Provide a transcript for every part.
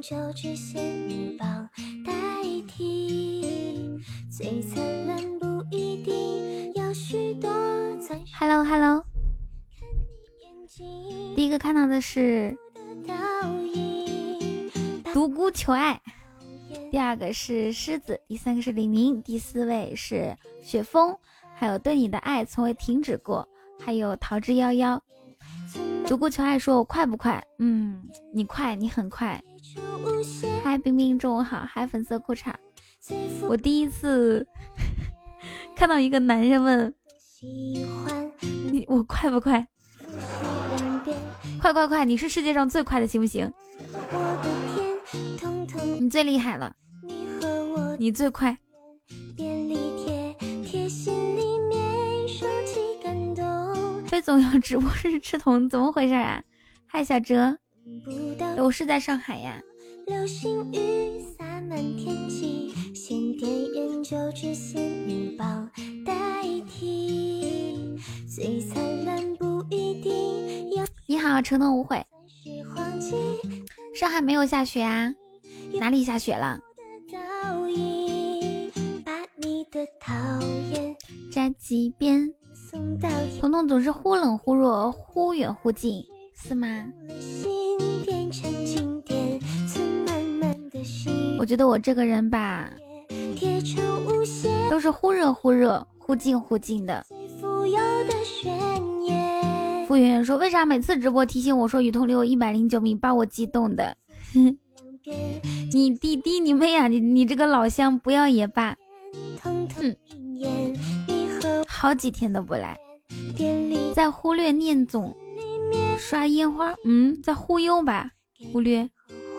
Hello Hello， 第一个看到的是独孤求爱，第二个是狮子，第三个是李明，第四位是雪峰，还有对你的爱从未停止过，还有桃之夭夭。独孤求爱说我快不快？你快，你很快。嗨冰冰中午好，嗨粉色裤衩。我第一次看到一个男人问我快不快？快快快，你是世界上最快的行不行？你最厉害了，你最快。飞总要直播是吃桶，怎么回事啊？嗨小哲，我是在上海呀。流星雨洒满天际，先点燃就只仙女棒代替，最灿烂不一定要。你好，承诺无悔。上海没有下雪啊？哪里下雪了？摘几遍。彤彤总是忽冷忽热，忽远忽近，是吗？我觉得我这个人吧，都是忽热忽热，忽近忽近的。傅圆圆说，为啥每次直播提醒我说雨桐离我109米，把我激动的。你弟你妹啊，你这个老乡不要也罢。好几天都不来，在忽略念总刷烟花，在忽悠吧，忽略。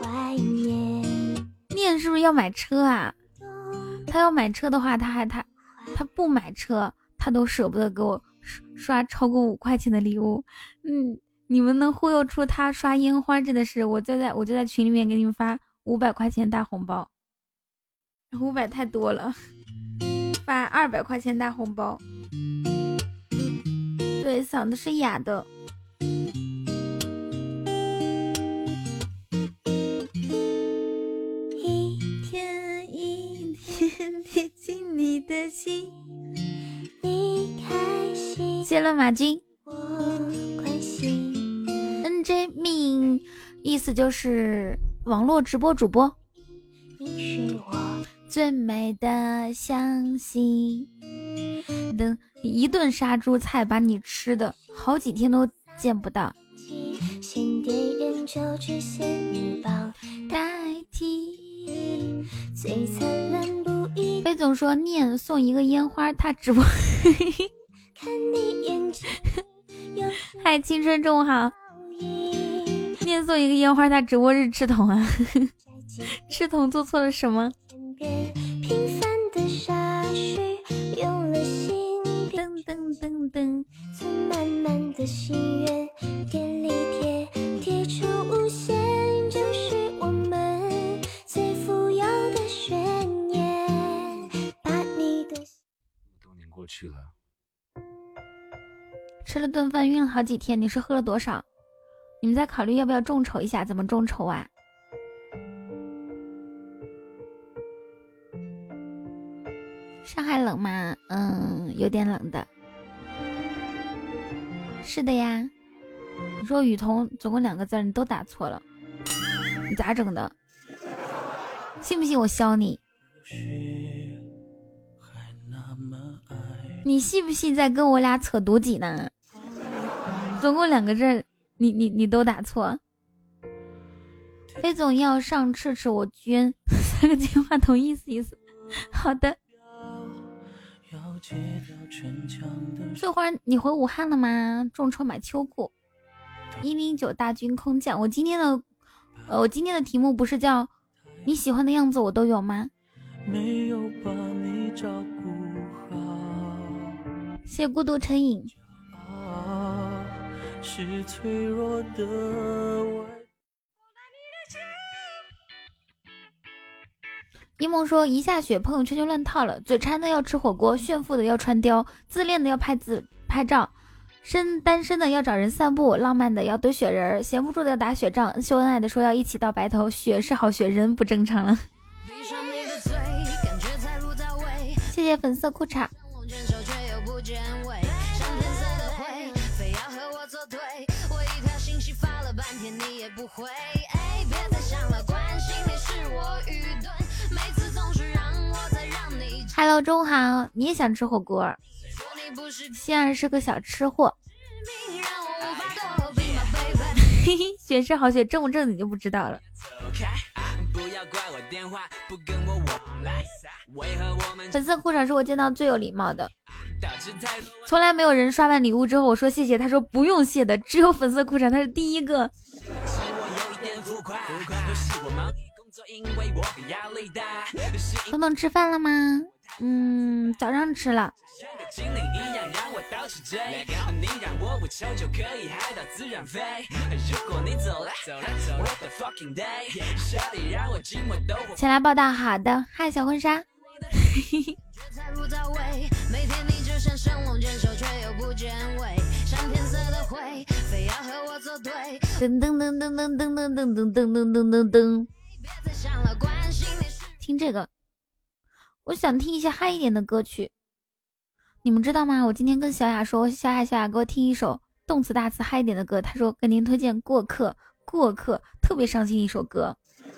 念是不是要买车啊？他要买车的话，他不买车，他都舍不得给我刷超过5块钱的礼物。你们能忽悠出他刷烟花，真的是我就在群里面给你们发500块钱大红包，500太多了，发200块钱大红包。对，嗓子是哑的。一天一天贴近你的心，你开心。谢了马军。NJ 命意思就是网络直播主播。你是我最美的相信。等一顿杀猪菜把你吃的好几天都见不到。代替飞总说念送一个烟花，他直播嗨青春中午好，念送一个烟花，他直播日吃桶啊吃桶做错了什么？噔噔，满满的心愿，点力贴出无限，就是我们最富有的宣言。把你的多年过去了，吃了顿饭晕了好几天，你是喝了多少？你们在考虑要不要众筹一下？怎么众筹啊？上海冷吗？有点冷的。是的呀，你说雨桐总共2个字，你都打错了，你咋整的？信不信我削你？你信不信在跟我俩扯犊己呢？总共2个字，你都打错。飞总要上赤赤我捐3个金话筒，意思意思。好的。翠花，你回武汉了吗？众筹买秋裤。109大军空降。我今天的题目不是叫你喜欢的样子我都有吗？没有把你照顾好。谢孤独成瘾。是脆弱的我。一梦说一下雪朋友圈就乱套了，嘴馋的要吃火锅，炫富的要穿貂，自恋的要拍照， 单身的要找人散步，浪漫的要堆雪人，闲不住的要打雪仗，秀恩爱的说要一起到白头。雪是好雪，人不正常了。谢谢粉色裤衩。Hello， 中午好，你也想吃火锅？希儿是个小吃货。嘿嘿，雪是好雪，正不正你就不知道了。粉色裤衩是我见到最有礼貌的，从来没有人刷完礼物之后我说谢谢，他说不用谢的，只有粉色裤衩他是第一个。东东吃饭了吗？早上吃了。前来报道，好的，嗨，小婚纱。噔噔噔噔噔噔噔噔噔噔噔噔噔，听这个，我想听一些嗨一点的歌曲。你们知道吗？我今天跟小雅说，小雅给我听一首动词大词嗨一点的歌，她说给您推荐过客，特别伤心的一首歌。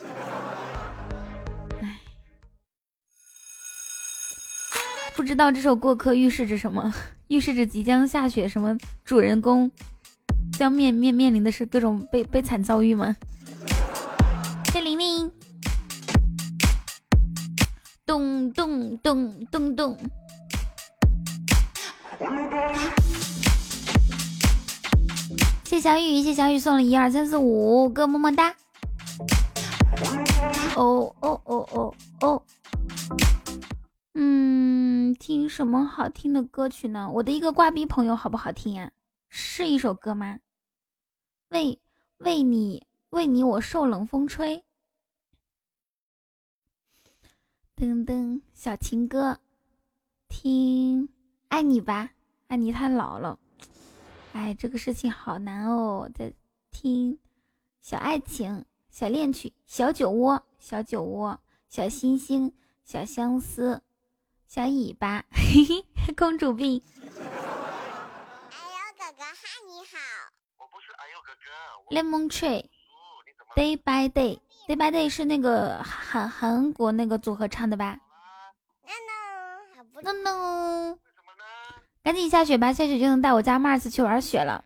不知道这首过客预示着什么？预示着即将下雪，什么主人公将面临的是各种悲惨遭遇吗？谢玲玲，咚咚咚咚咚。谢小雨送了1、2、3、4、5个么么哒。哦，听什么好听的歌曲呢？我的一个挂逼朋友好不好听啊？是一首歌吗？为你我受冷风吹。噔噔，小情歌，听爱你吧，爱你太老了。哎，这个事情好难哦。再听小爱情，小恋曲，小酒窝，小星星，小相思，小尾巴，嘿嘿，公主病。哎呦哥哥哈，你好。我不是哎呦哥哥。Lemon Tree，Day by Day，Day by Day 是那个韩国那个组合唱的吧？No， 赶紧下雪吧，下雪就能带我家 Mars 去玩雪了。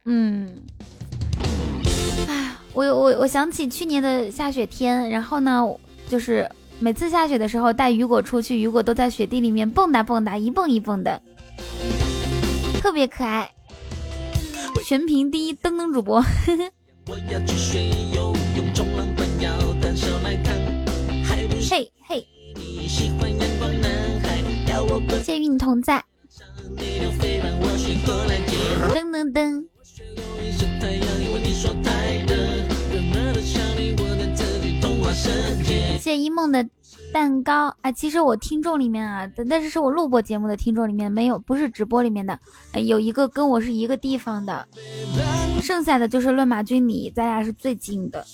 哎，我想起去年的下雪天，然后呢，就是每次下雪的时候带雨果出去，雨果都在雪地里面蹦跶蹦跶，一蹦一蹦的，特别可爱。全屏第一登登主播。嘿嘿，谢与你同在。噔噔噔。谢谢一梦的蛋糕啊！其实我听众里面啊，但是我录播节目的听众里面没有，不是直播里面的，有一个跟我是一个地方的，剩下的就是乱马军你，咱俩是最近的。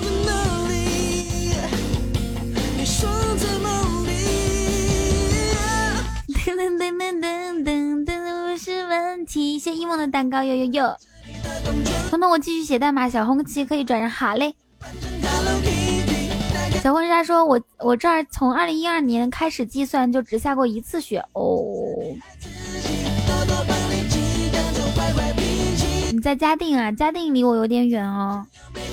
噔噔噔噔噔噔噔，不是问题。谢一梦的蛋糕，呦。彤彤，我继续写代码，小红旗可以转让，好嘞。小婚纱说我这儿从2012年开始计算就只下过1次雪哦。你在嘉定啊？嘉定离我有点远哦。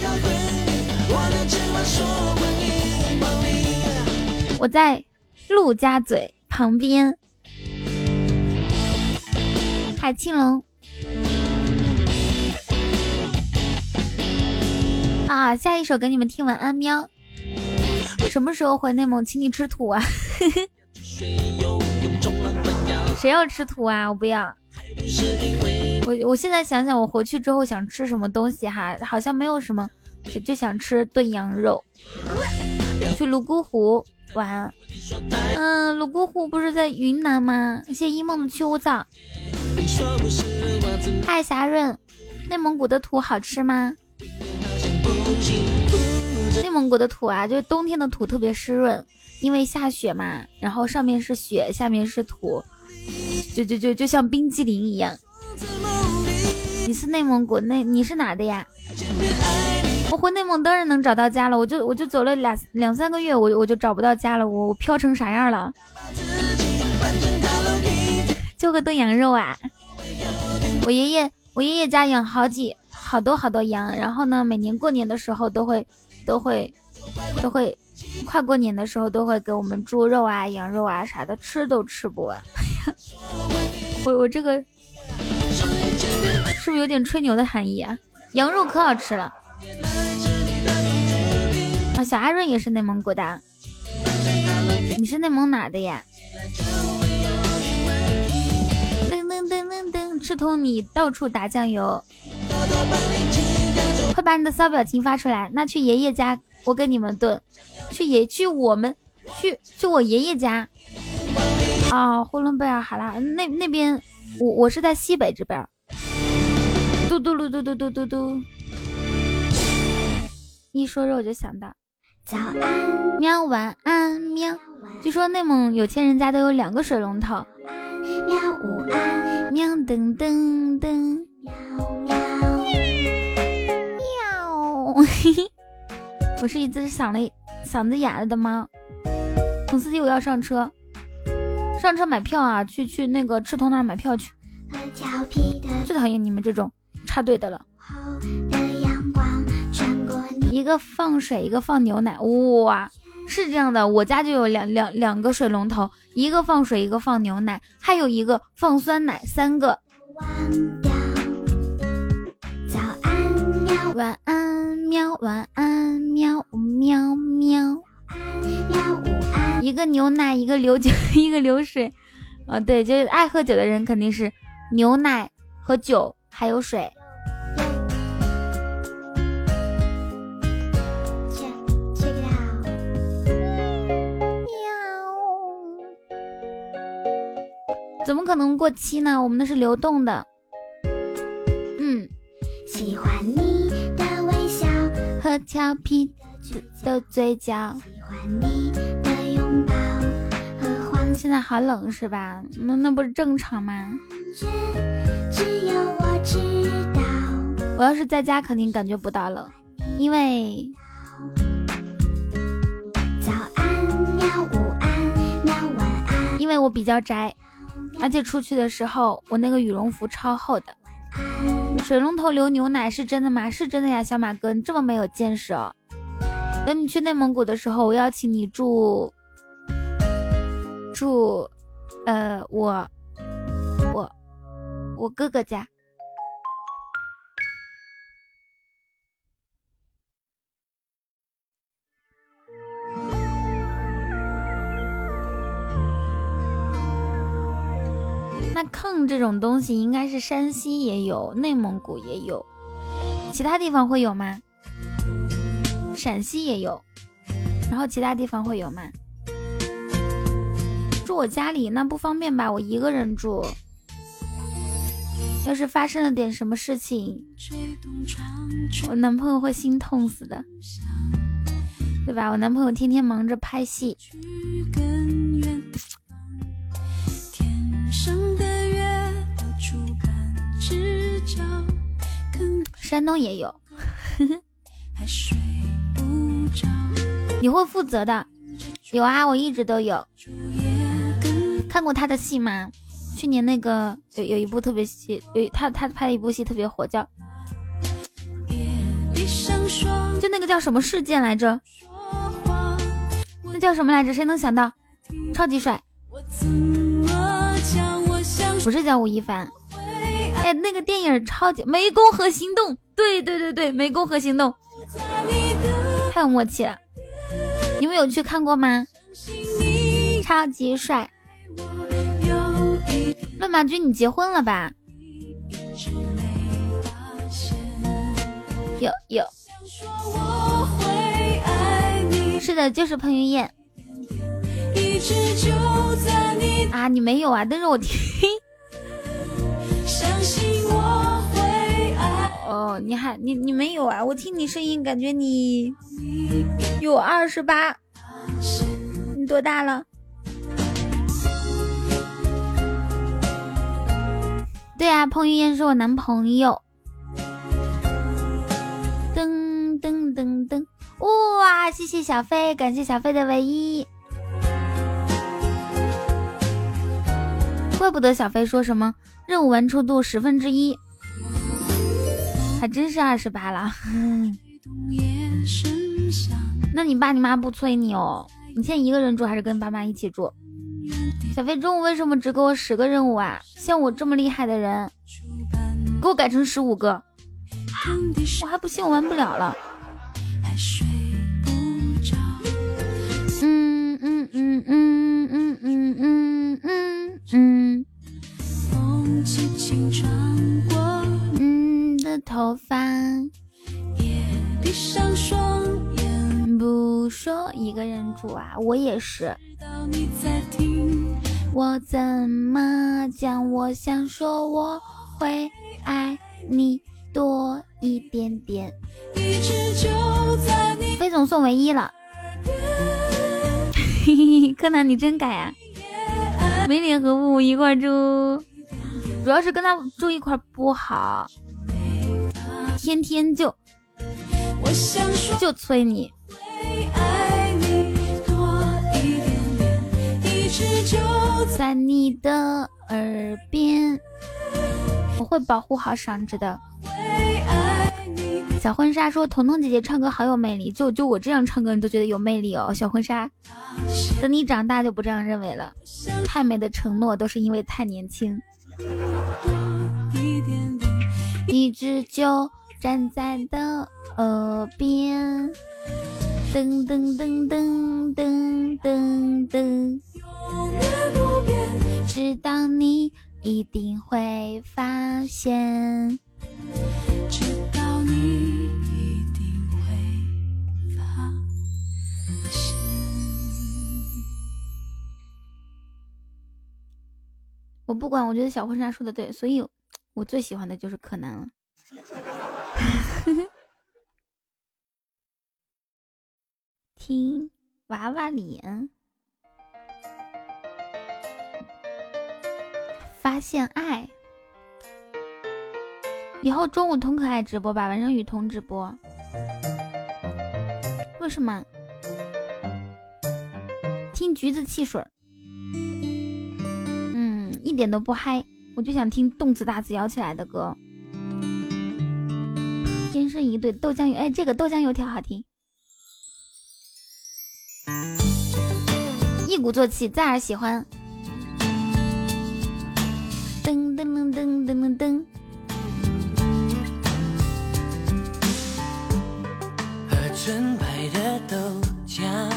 我在陆家嘴旁边。海青龙啊，下一首给你们听晚安喵。什么时候回内蒙请你吃土啊？谁要吃土啊？我不要。我现在想想，我回去之后想吃什么东西哈，好像没有什么，就想吃炖羊肉。去泸沽湖玩。泸沽湖不是在云南吗？谢一梦的秋燥。 嗨，霞润，内蒙古的土好吃吗？内蒙古的土啊，就是冬天的土特别湿润，因为下雪嘛，然后上面是雪，下面是土，就像冰激凌一样。你是内蒙古，你是哪的呀？我回内蒙当然能找到家了，我就走了两三个月，我就找不到家了，我飘成啥样了？就会炖羊肉啊！我爷爷家养好多羊，然后呢，每年过年的时候都会，快过年的时候都会给我们猪肉啊、羊肉啊啥的，吃都吃不完。我这个是不是有点吹牛的含义啊？羊肉可好吃了啊！小阿润也是内蒙古的，你是内蒙哪的呀？噔，赤瞳你到处打酱油，快把你的骚表情发出来。那去爷爷家，我给你们炖。去我爷爷家啊，呼伦贝尔好啦，那边我是在西北这边。嘟嘟噜嘟嘟嘟嘟嘟，一说肉就想到早安喵，晚安喵。据说内蒙有钱人家都有2个水龙头。喵午安喵噔噔噔喵，我是一只嗓子哑了的猫。孔司机，我要上车买票啊！去那个赤瞳那儿买票去。最讨厌你们这种插队的了。一个放水，一个放牛奶，哇！是这样的，我家就有两个水龙头，一个放水，一个放牛奶，还有一个放酸奶，3个。早安喵，晚安喵，晚安喵喵喵。一个牛奶，一个流酒，一个流水。对，就是爱喝酒的人肯定是牛奶和酒还有水。怎么可能过期呢？我们那是流动的。喜欢你的微笑和调皮的嘴角，喜欢你的拥抱和黄。现在好冷是吧？那不是正常吗？只有我知道。我要是在家肯定感觉不到冷，因为早安喵，午安喵，晚安。因为我比较宅。而且出去的时候我那个羽绒服超厚的。水龙头流牛奶是真的吗？是真的呀，小马哥，你这么没有见识哦。等你去内蒙古的时候，我邀请你住我哥哥家。那炕这种东西应该是山西也有，内蒙古也有，其他地方会有吗？陕西也有，然后其他地方会有吗？住我家里那不方便吧，我一个人住，要是发生了点什么事情，我男朋友会心痛死的，对吧？我男朋友天天忙着拍戏。山东也有。你会负责的。有啊，我一直都有。看过他的戏吗？去年那个有一部特别戏，他拍了一部戏特别火，叫就那个叫什么事件来着？那叫什么来着？谁能想到？超级帅。不是叫吴亦凡。哎，那个电影超级湄公河行动，对，湄公河行动，太有默契了。你们有去看过吗？超级帅。乱马君，你结婚了吧？有。是的，就是彭于晏。啊，你没有啊？但是我听哦，你没有啊？我听你声音感觉你有28，你多大了？对啊，彭于晏是我男朋友。噔噔噔噔，哇！谢谢小飞，感谢小飞的唯一。怪不得小飞说什么任务完成度1/10，还真是28了。那你爸你妈不催你哦？你现在一个人住还是跟爸妈一起住？小飞中午为什么只给我10个任务啊？像我这么厉害的人，给我改成15个，我还不信我完不了了。的头发，闭上双眼，不说一个人住啊，我也是。我怎么讲？我想说我会爱你多一点点。飞总送唯一了。嘿嘿，柯南你真改啊！没脸和我一块住，主要是跟他住一块不好，天天就催你。在你的耳边，我会保护好嗓子的。小婚纱说彤彤姐姐唱歌好有魅力，就我这样唱歌你都觉得有魅力哦。小婚纱，等你长大就不这样认为了。太美的承诺都是因为太年轻。一直就站在的耳边，噔噔噔噔噔噔噔，知道你一定会发现，知道你一定会发现。我不管，我觉得小婚纱说的对，所以我最喜欢的就是柯南了。听娃娃脸，发现爱。以后中午童可爱直播吧，晚上雨桐直播。为什么？听橘子汽水，一点都不嗨，我就想听动次打次摇起来的歌。天生一对豆浆油，哎，这个豆浆油条好听。一鼓作气，再而喜欢。噔噔噔噔噔噔噔。喝纯白的豆浆，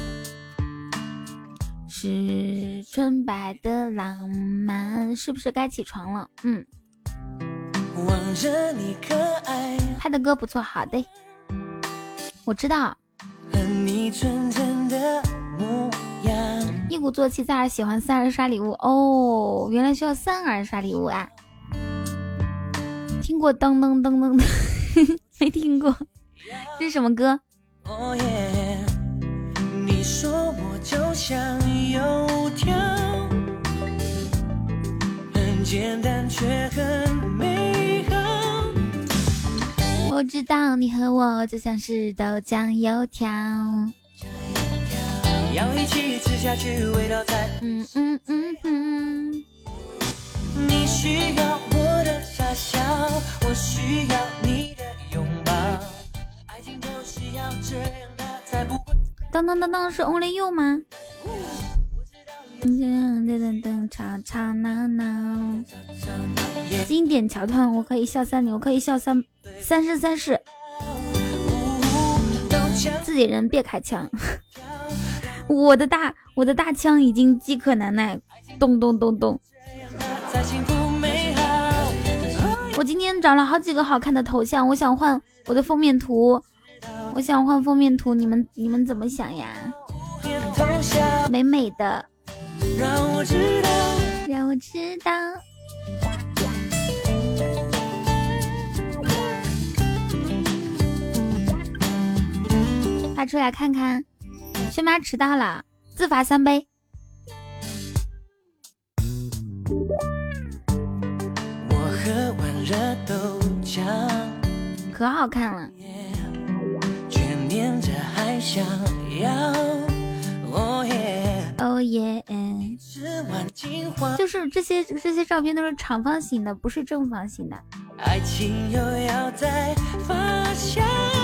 是纯白的浪漫，是不是该起床了？望着你可爱，他的歌不错，好的，我知道。和你纯真的模样，一鼓作气，再而喜欢，3儿刷礼物哦，原来需要3儿刷礼物啊！听过噔噔噔噔的，没听过，这是什么歌？哦耶！你说我就像油条，很简单却很美好。我知道你和我就像是豆浆油条，要一起吃下去，味道才你需要我的傻笑，我需要你的拥抱，爱情就是要这样的才不会。当当当当，是 Only You 吗？噔噔噔，吵吵闹闹。经典桥段，我可以笑3年，我可以笑三生三世。自己人别开枪。我的大枪已经饥渴难耐，咚咚咚咚。我今天找了好几个好看的头像，我想换我的封面图，你们怎么想呀？美美的，让我知道。 发出来看看。薛妈迟到了，自罚3杯。 我喝完热豆浆， 可好看了， 却念着还想要。哦耶， 哦耶！ 吃完金黄， 就是这些照片都是长方形的，不是正方形的。 爱情又要再发酵。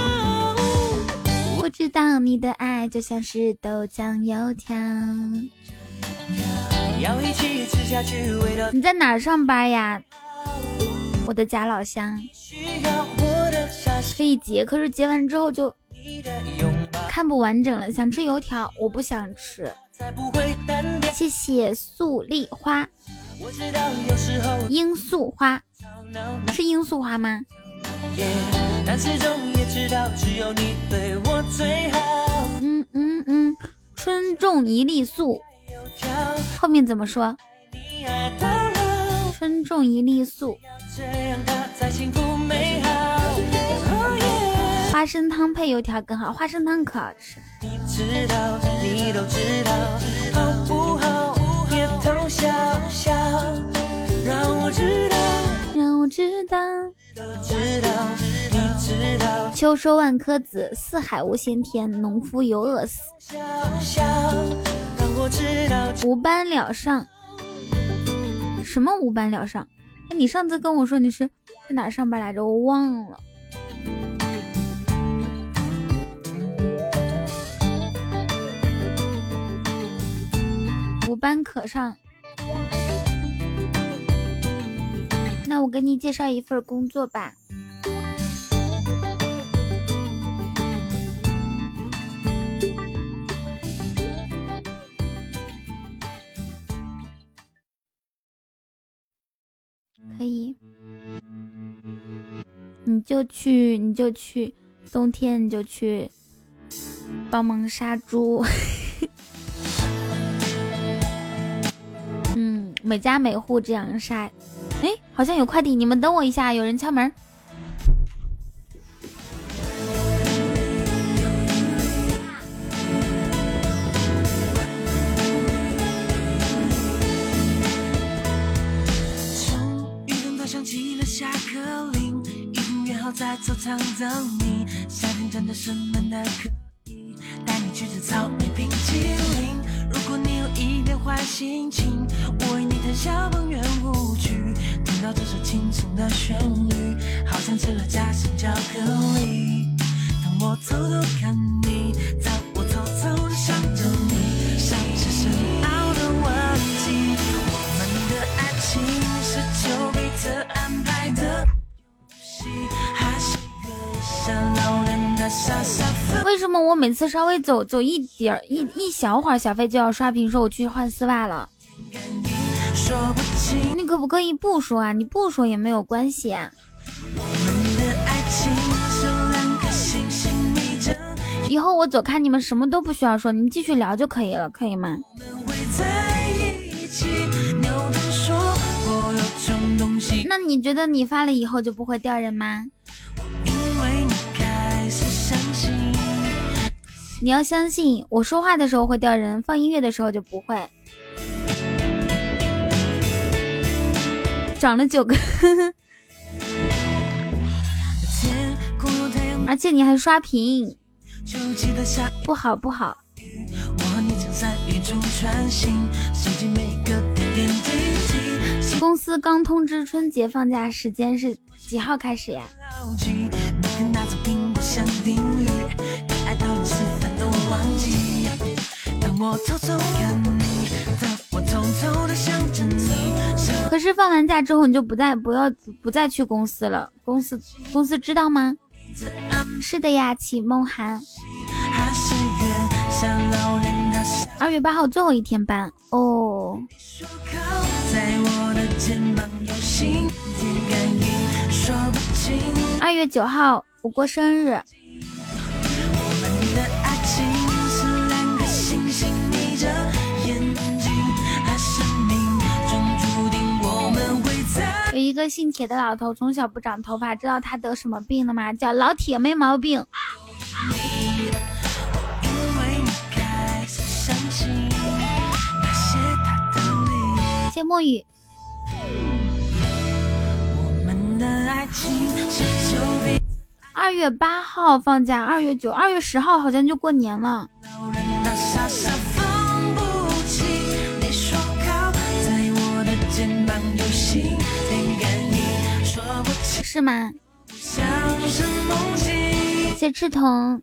我知道你的爱就像是豆浆油条。 要一起吃下去，味道。 你在哪儿上班呀？我的家老乡。可以截，可是截完之后就看不完整了。想吃油条，我不想吃。谢谢素丽花，罂粟花是罂粟花吗？但始终也知道只有你对我最好。春种一粒粟，后面怎么说？春种一粒粟。花生汤配油条更好，花生汤可好吃。你知道，你都知道，好不好？别偷笑笑，让我知道，让我知道，都知道，你知道。秋收万颗子，四海无闲田，农夫犹饿死。无班了上，什么无班了上？你上次跟我说你是在哪上班来着？我忘了。无班可上，那我给你介绍一份工作吧。可以，你就去，冬天你就去帮忙杀猪。每家每户这样杀。哎，好像有快递，你们等我一下，有人敲门。响起了下课铃，已经约好在操场等你。夏天真的是闷的可以，带你去吃草莓冰淇淋。如果你有一点坏心情，我为你弹小邦圆舞曲。听到这首轻松的旋律，好像吃了夹心巧克力。当我偷偷看你，当我偷偷的想着你，像是深奥的问题。我们的爱情是丘比特安排的游戏，还是个像老人的傻傻分？为什么我每次稍微走一点一小会儿，小飞就要刷屏说我去换丝袜了？你可不可以不说啊？你不说也没有关系啊。我们的爱情是两颗星星眯着，以后我走开，你们什么都不需要说，你们继续聊就可以了，可以吗？那你觉得你发了以后就不会掉人吗？你要相信，我说话的时候会掉人，放音乐的时候就不会。长了9个而且你还刷屏，不好不好。公司刚通知春节放假时间是几号开始呀？可是放完假之后你就不再去公司了，公司知道吗？是的呀，启梦涵。2月8号最后一天班哦。2月9号我过生日。有一个姓铁的老头，从小不长头发，知道他得什么病了吗？叫老铁没毛病。 谢墨雨。2月8号放假，2月9、2月10号好像就过年了。是吗？谢赤瞳。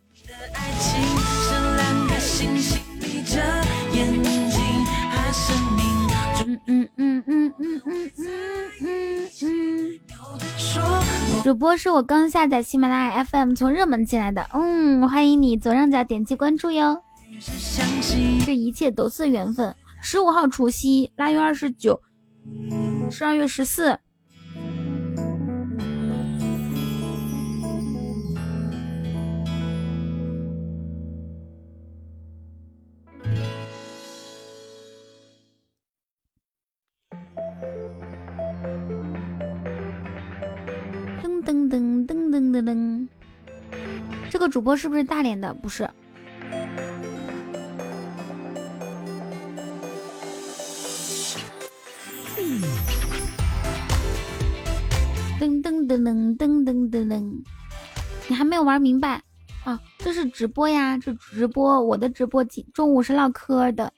主播是我刚下载喜马拉雅 FM 从热门进来的，欢迎你左上角点击关注哟。这一切都是缘分。15号除夕，8月29， 12月14。噔噔噔噔噔噔，这个主播是不是大连的？不是。噔噔噔噔噔噔噔噔，你还没有玩明白啊？这是直播呀，这直播，我的直播中午是唠嗑的。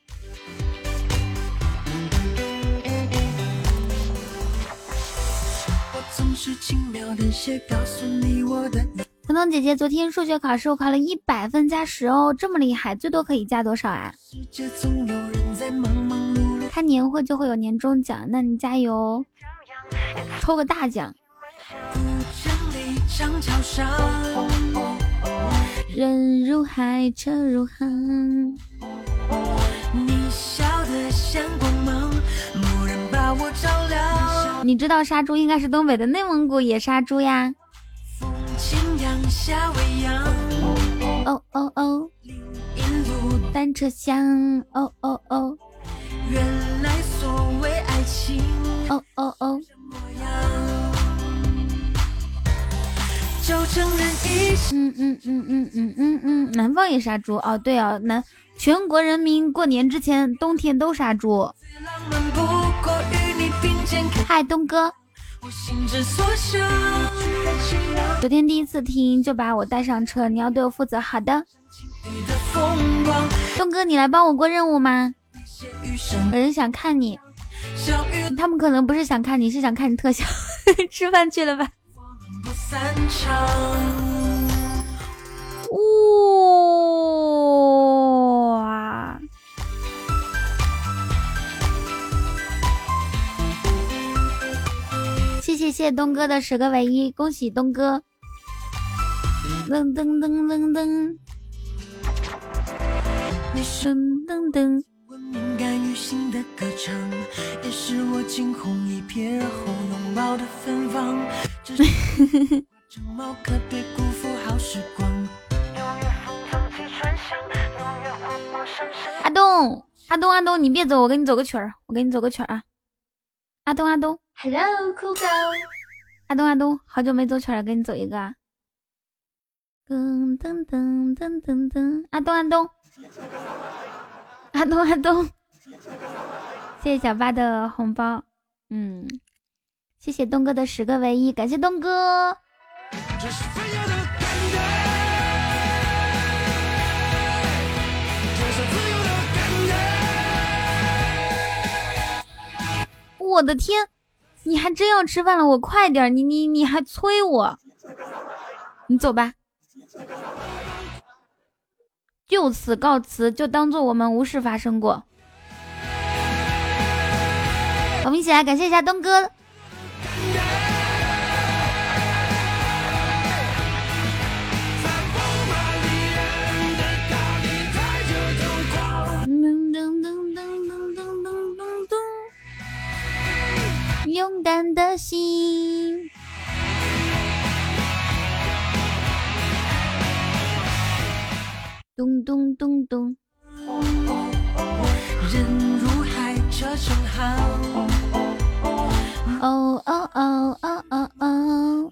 彤彤姐姐，昨天数学考试我考了100分加10哦，这么厉害，最多可以加多少啊？开年会就会有年终奖，那你加油，抽个大奖。人如海，车如航。你知道杀猪应该是东北的内蒙古野杀猪呀。哦哦哦，单车厢，哦哦哦，原来所谓爱情，哦哦哦，就承认南方也杀猪哦，对哦，全国人民过年之前冬天都杀猪。嗨，东哥，昨天第一次听就把我带上车，你要对我负责。好的，东哥，你来帮我过任务吗？有人想看你，他们可能不是想看你，是想看你特效。吃饭去了吧？哇！谢谢东哥的10个唯一，恭喜东哥！噔噔噔噔噔，噔噔噔。敏感于心的歌唱，也是我惊鸿一瞥后拥抱的芬芳。这是这猫可别辜负好时光。阿东，阿东，阿东，你别走，我给你走个曲儿，我给你走个曲儿啊！阿东，阿东 ，Hello， 酷狗，阿东，阿东，好久没走曲儿了，给你走一个啊！噔噔噔噔噔噔，阿东，阿东。阿东，阿东，谢谢小八的红包，谢谢东哥的10个唯一，感谢东哥。我的天，你还真要吃饭了，我快点，你还催我，你走吧。就此告辞，就当做我们无事发生过。我们一起来感谢一下东哥。勇敢的心。咚咚咚咚，人如海，车成行。哦哦哦哦哦哦。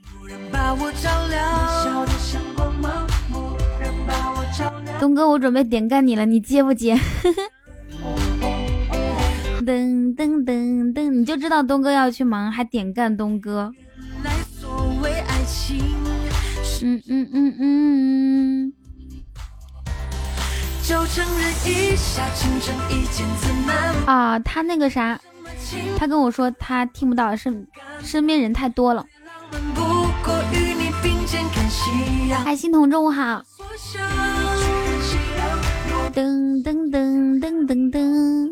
东哥，我准备点干你了，你接不接？ 噔噔噔噔，你就知道东哥要去忙，还点干东哥。啊，他那个啥，他跟我说他听不到，身边人太多了。海星彤中午好。噔噔噔噔噔噔。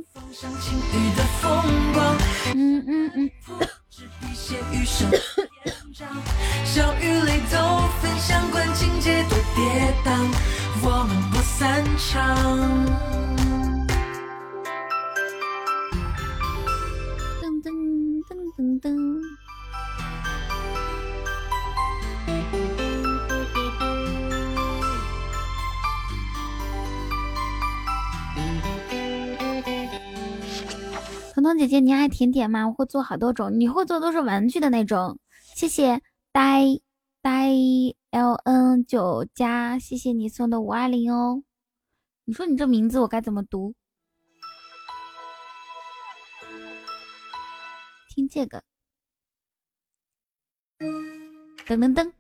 小雨泪都分享，管情节多跌宕，我们不散场。噔噔噔噔噔。彤彤姐姐，你爱甜点吗？我会做好多种，你会做都是玩具的那种。谢谢呆 LN9加，谢谢你送的520哦。你说你这名字我该怎么读？听这个，噔噔噔。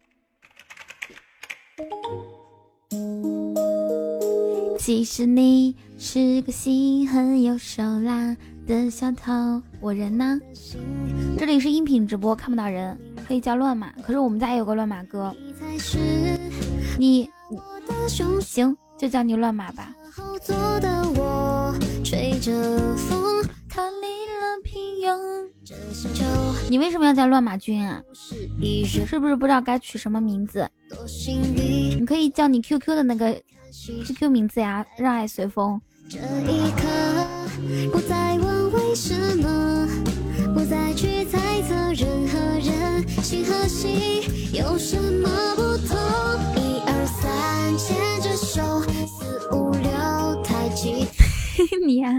其实你是个心狠又手辣的小偷，我人呢？这里是音频直播，看不到人，可以叫乱码。可是我们家也有个乱码哥，你行就叫你乱码吧。你为什么要叫乱码君啊？是不是不知道该取什么名字？你可以叫你 QQ 的那个 QQ 名字呀，热爱随风。这一刻不再问为什么，不再去猜测人和人，心和心有什么不同。1、2、3牵着手，4、5、6抬起你呀、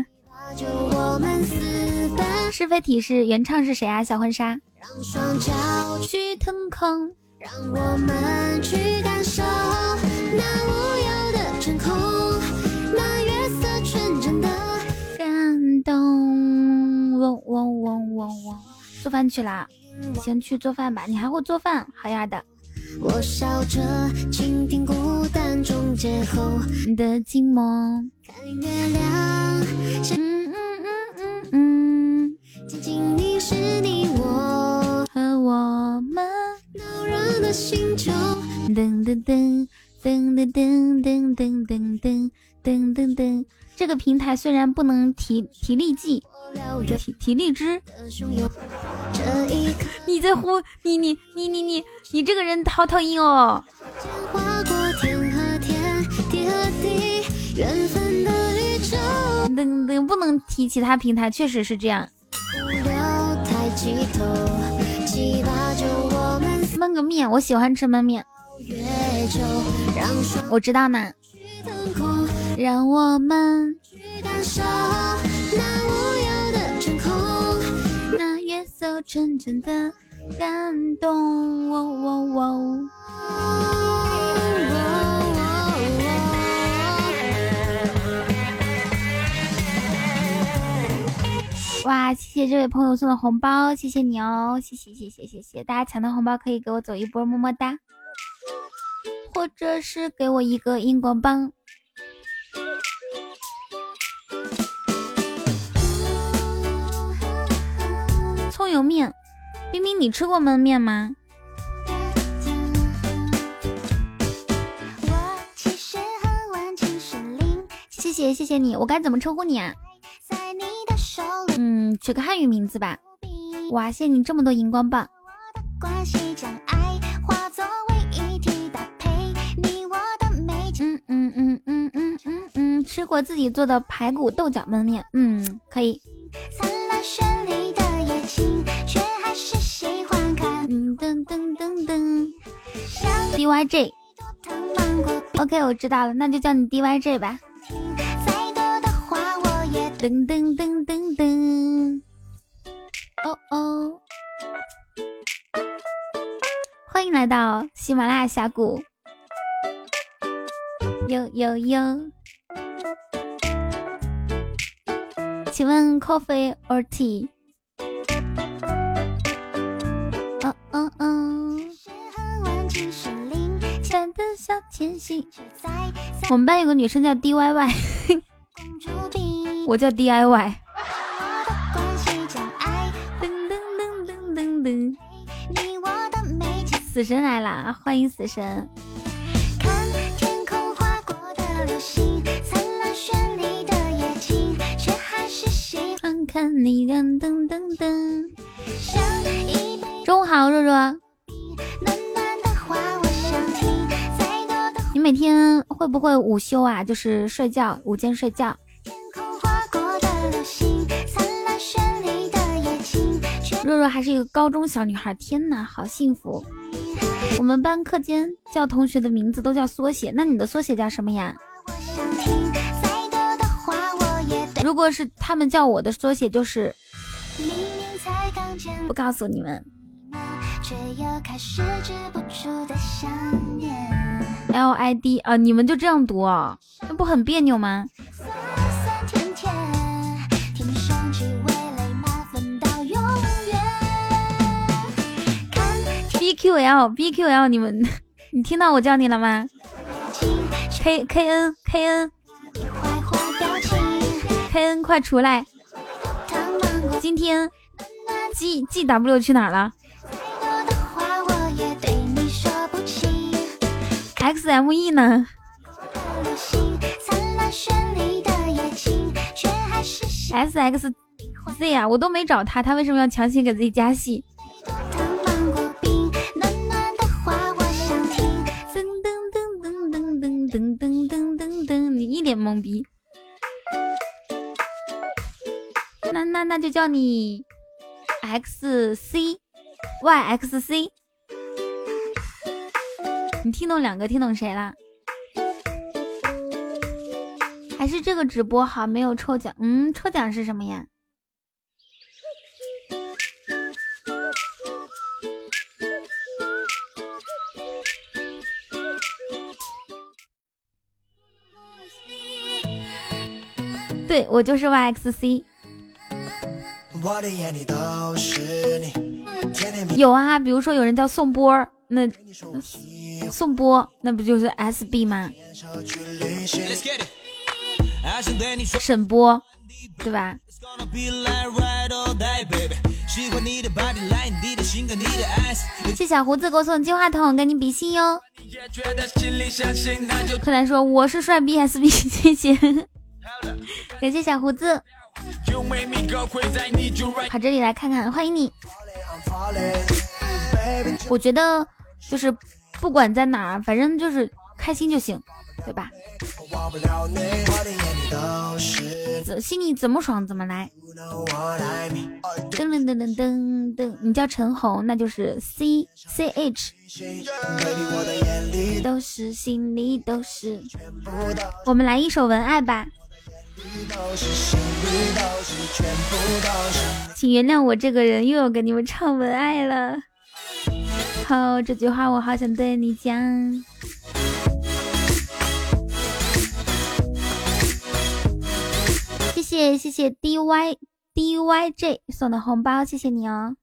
是非体是原唱是谁啊？小婚纱让双脚去腾空，让我们去感受那无忧的真空，那月色纯真的感动。嗡嗡嗡嗡嗡，做饭去啦，先去做饭吧。你还会做饭？好呀的。我笑着倾听孤单终结后的寂寞，看月亮，静静凝视你我和我们恼人的星球。噔噔噔噔噔噔噔噔噔噔噔噔噔。这个平台虽然不能提力剂，提荔枝。你在呼你这个人好讨厌哦。等不能提其他平台，确实是这样。焖个面，我喜欢吃焖面。我知道呢。让我们去感受那无忧的真空，那月色纯真的感动。哇，谢谢这位朋友送的红包，谢谢你哦，谢谢，大家抢到红包可以给我走一波，么么哒，或者是给我一个荧光棒。葱油面，冰冰，你吃过焖面吗？谢谢你，我该怎么称呼你啊？取个汉语名字吧。哇，谢谢你这么多荧光棒。吃过自己做的排骨豆角焖面，可以。DYJ OK 我知道了，那就叫你 DYJ 吧。噔噔噔噔噔，哦，欢迎来到喜马拉雅峡谷。哟， 请问 coffee or tea？ 我们班有个女生叫 DYY 我叫 DIY。 死神来啦，欢迎死神。看你噔噔噔噔。中午好，若若。你每天会不会午休啊？就是睡觉，午间睡觉。若若还是一个高中小女孩，天哪，好幸福。我们班课间叫同学的名字都叫缩写，那你的缩写叫什么呀？如果是他们叫我的缩写就是不告诉你们。LID 啊，你们就这样读啊？那不很别扭吗？ BQL 你们你听到我叫你了吗？ KN快出来！今天 GW 去哪儿了？ XME 呢？ SXZ 啊，我都没找他，他为什么要强行给自己加戏？你一脸懵逼。那就叫你 YXC。 你听懂两个，听懂谁了？还是这个直播好，没有抽奖。抽奖是什么呀？对，我就是 YXC。有啊，比如说有人叫宋波，那宋波那不就是 SB 吗？沈波，对吧？谢小胡子给我送金话筒，跟你比心哟。柯南说我是帅 BSB， 谢谢，感谢小胡子。跑这里来看看，欢迎你。我觉得就是不管在哪，反正就是开心就行，对吧？心里怎么爽怎么来。噔噔噔噔噔噔，你叫陈红，那就是 CH， 都是心里都是。我们来一首文爱吧。请原谅我这个人又要跟你们唱文爱了。好，这句话我好想对你讲。谢谢 DYJ 送的红包，谢谢你哦。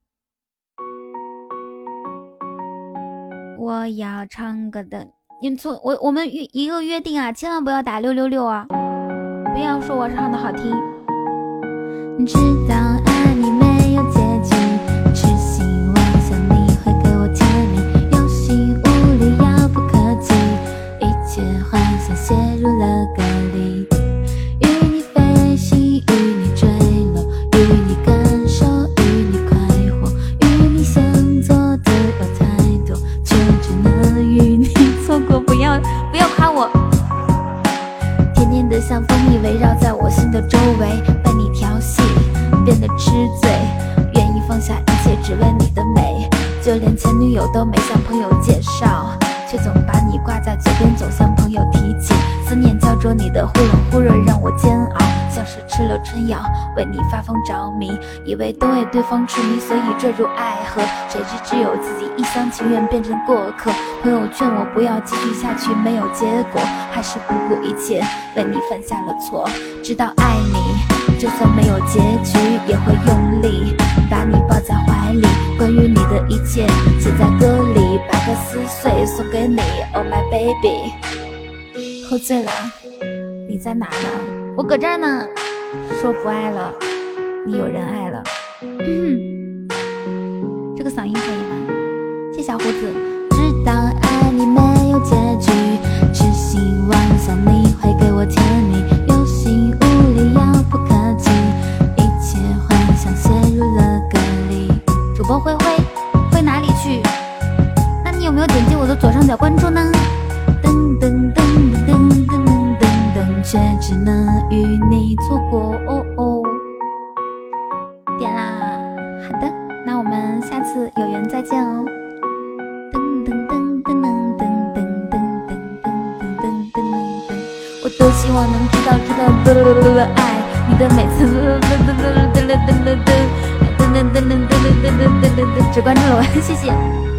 我要唱歌的，我们一个约定啊，千万不要打666啊，不要说我唱的好听。知道爱你没有结局，只希望想你会给我甜蜜，有心无力遥不可及，一切幻想陷入了隔离，与你飞行，与你坠落，与你感受，与你快活，与你想做的有太多，却只能与你错过。不要夸我，甜甜的像蜂蜜围绕在我心的周围，被你调戏变得吃醉，愿意放下一切只为你的美，就连前女友都没向朋友介绍，却总把你挂在嘴边，总向朋友提起，思念焦灼你的忽冷忽热让我煎熬，像是吃了春药为你发疯着迷，以为都为对方痴迷，所以坠入爱河，谁知只有自己一厢情愿变成过客，朋友劝我不要继续下去，没有结果，还是不顾一切为你犯下了错，知道爱你就算没有结局也会用力把你抱在怀里，关于你的一切写在歌里，把个撕碎送给你 Oh my baby。 喝醉了你在哪呢？我搁这儿呢。说不爱了你有人爱了。这个嗓音可以吗？谢小胡子。知道爱你没有结局，只希望想你会给我甜蜜，有心无力遥不可及，一切幻想陷入了隔离。主播灰灰会哪里去？那你有没有点击我的左上角关注呢？噔噔噔噔噔噔噔噔，却只能与你错过。点啦，好的，那我们下次有缘再见哦。噔噔噔噔噔噔噔噔噔噔噔噔，我多希望能知道爱你的每次只关注了我，谢谢。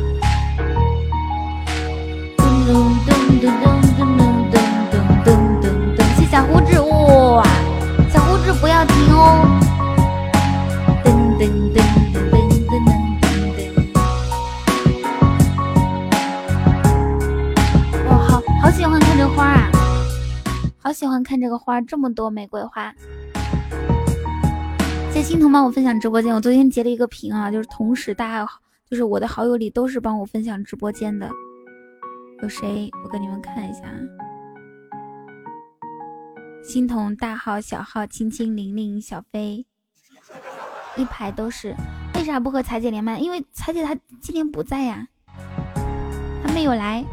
谢谢小胡子，哇，小胡子不要停哦。噔噔噔噔噔噔噔噔。哇，好喜欢看这花啊，好喜欢看这个花，这么多玫瑰花。谢谢欣桐帮我分享直播间，我昨天截了一个屏啊，就是同时大家就是我的好友里都是帮我分享直播间的。有谁？我给你们看一下。欣桐、大号、小号、青青、玲玲、小飞，一排都是。为啥不和彩姐连麦？因为彩姐她今天不在呀，她没有来。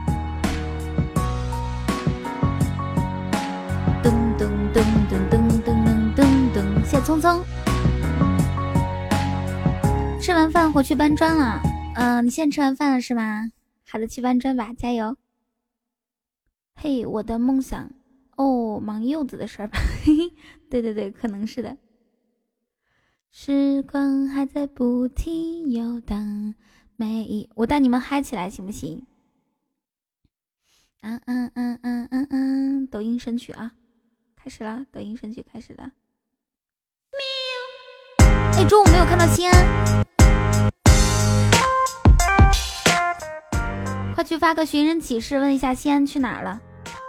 噔噔噔噔噔噔噔噔，谢聪聪。吃完饭回去搬砖了。你现在吃完饭了是吗？好的，去搬砖吧，加油。嘿，我的梦想哦，忙柚子的事儿吧。对对对，可能是的。时光还在不停游荡，我带你们嗨起来行不行？抖音神曲啊，开始了，抖音神曲开始了。哎，中午没有看到西安，快去发个寻人启事，问一下西安去哪儿了。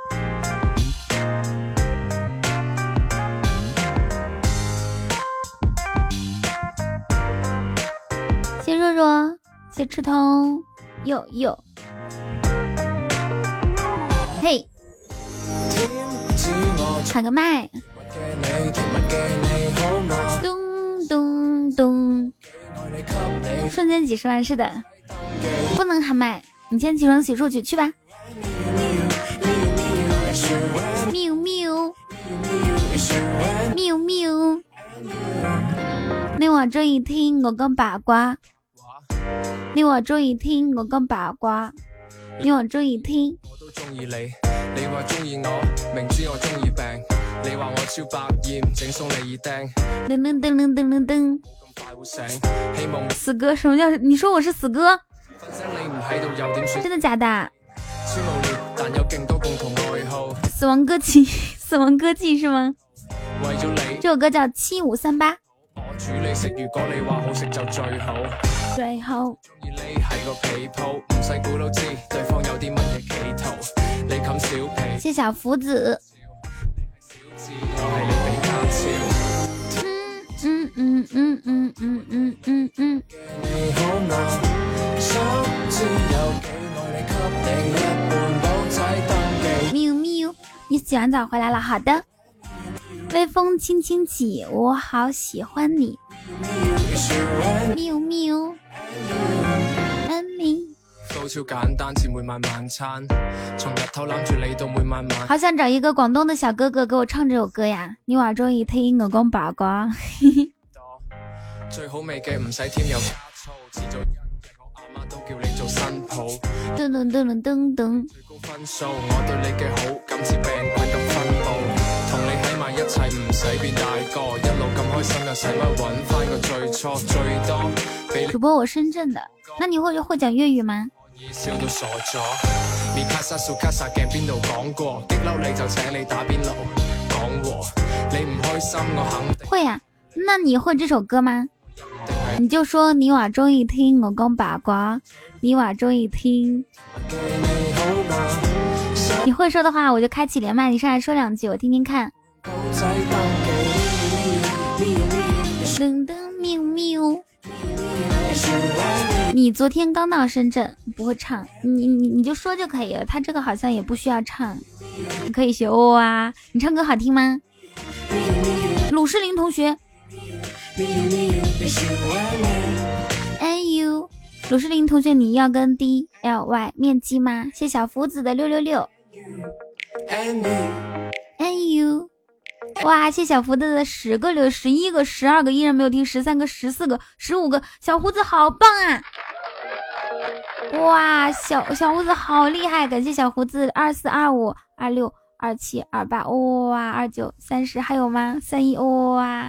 谢若若，谢赤瞳，哟，嘿，喊个麦，咚咚咚，瞬间几十万，是的，不能喊麦，你先起床洗漱去吧。喵喵喵喵，你話中意聽我講八卦，你話中意聽我講八卦，你話中意聽。我都中意你，你話中意我，明知我中意病，你話我超百厭，整鬆你耳釘。噔噔噔噔噔噔噔。咁快會醒，希望死哥，什麼叫？你說我是死哥？真的假的？但有勁多共同愛好。死亡歌姬，死亡歌姬是嗎？這首歌叫7538。煮你食，如果你話好食就最好。最好。中意你係個被鋪，唔使估都知對方有啲乜嘢企圖。你冚小皮。謝小福子。我係你比卡超。你好嗎？想知有幾愛你，給你一半寶仔登記。喵喵，你洗完澡回來了，好的。微風輕輕起，我好喜歡你。喵喵，安明。都超簡單，似每晚晚餐，從日頭攬住你到每晚晚。好想找一個廣東的小哥哥給我唱這首歌呀！你話中意聽我講八卦。最好味嘅唔使添油加醋，遲早一日我阿媽都叫你做新抱。噔噔噔噔噔噔。最高分數，我對你嘅好感似病菌咁分佈。同你喺埋一齊唔使變大個，一路咁開心又使乜揾翻個最初最多。主播我深圳的，那你會講粵語嗎？笑到傻咗，米卡莎素卡莎鏡邊度講過，激嬲你就請你打邊爐，講会呀、那你会这首歌吗？你就说你话中意聽我講八卦，你話中意聽。你会说的话，我就开启连麦，你上来说两句，我听听看。噔噔喵喵。你昨天刚到深圳，不会唱，你就说就可以了。他这个好像也不需要唱，你可以学啊。你唱歌好听吗？鲁诗林同学。哎呦，鲁诗林同学，你要跟 DLY 面基吗？谢小福子的666。哎呦，哇，谢小福子的10个6、11个、12个，依然没有听13个、14个、15个，小胡子好棒啊！哇，小胡子好厉害，感谢小胡子24、25、26、27、28，哇，29、30，还有吗？31，哇。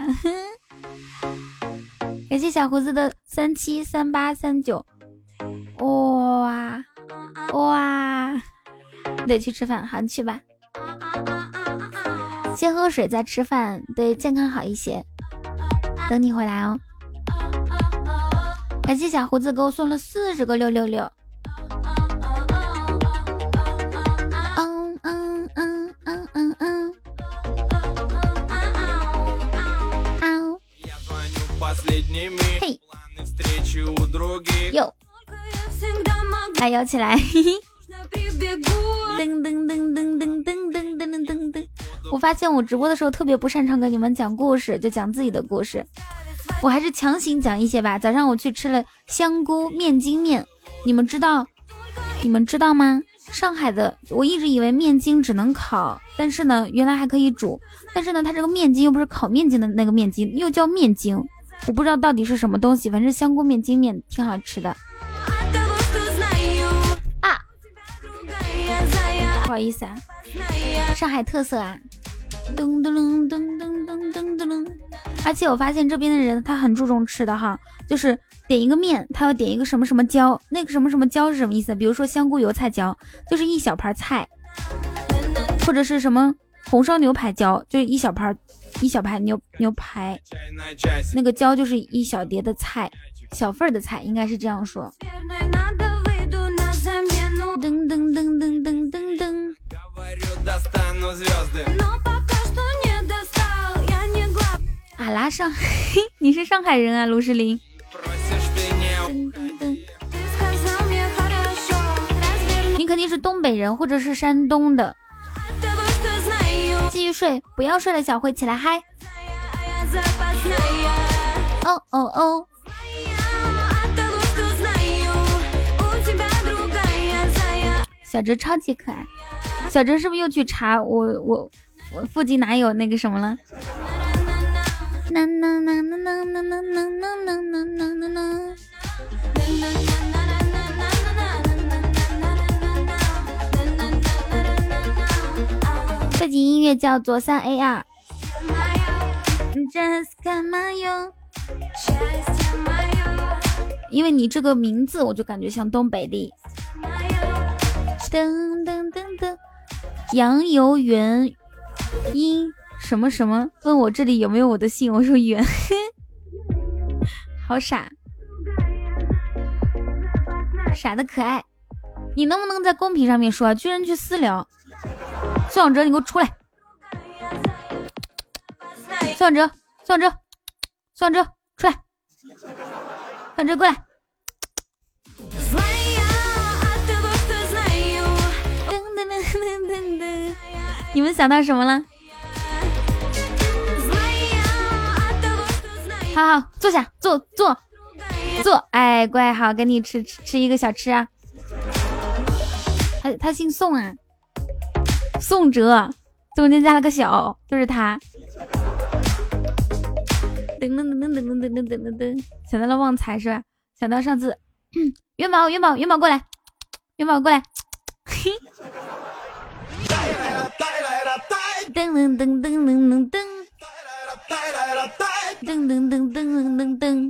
感谢小胡子的37、38、39，哇哇，得去吃饭，好，你去吧。先喝水再吃饭，对健康好一些。等你回来哦。感谢小胡子给我送了40个666。嘿，哟，来摇起来，噔噔噔噔噔噔噔噔噔噔。我发现我直播的时候特别不擅长跟你们讲故事，就讲自己的故事。我还是强行讲一些吧。早上我去吃了香菇面筋面，你们知道吗？上海的，我一直以为面筋只能烤，但是呢，原来还可以煮。但是呢，它这个面筋又不是烤面筋的那个面筋，又叫面筋，我不知道到底是什么东西，反正香菇面筋面挺好吃的。啊，不好意思啊，上海特色啊。噔噔噔噔噔噔噔噔。而且我发现这边的人他很注重吃的哈，就是点一个面，他要点一个什么什么椒，那个什么什么椒是什么意思？比如说香菇油菜椒，就是一小盘菜，或者是什么红烧牛排椒，就是一小盘牛排，那个椒就是一小碟的菜，小份的菜，应该是这样说。噔噔噔噔噔噔噔。阿拉上，你是上海人啊，卢诗琳。噔噔噔，你肯定是东北人或者是山东的。继续睡，不要睡了，小慧起来嗨。哦哦哦。小哲超级可爱，小哲是不是又去查我附近哪有那个什么了？背景音乐叫做3A2。因为你这个名字我就感觉像东北的。噔噔噔噔，杨游元因什么什么问我这里有没有我的信，我说元，好傻，傻的可爱。你能不能在公屏上面说，居然去私聊？孙小哲，你给我出来！孙小哲出来！孙小哲过来！你们想到什么了？好，坐下，坐，哎，乖，好，给你吃一个小吃啊。他姓宋啊，宋哲，中间加了个小，就是他。噔噔噔噔噔噔噔噔噔噔，想到了旺财是吧？想到上次，元宝过来，嘿。噔噔噔噔噔噔噔噔噔噔噔噔。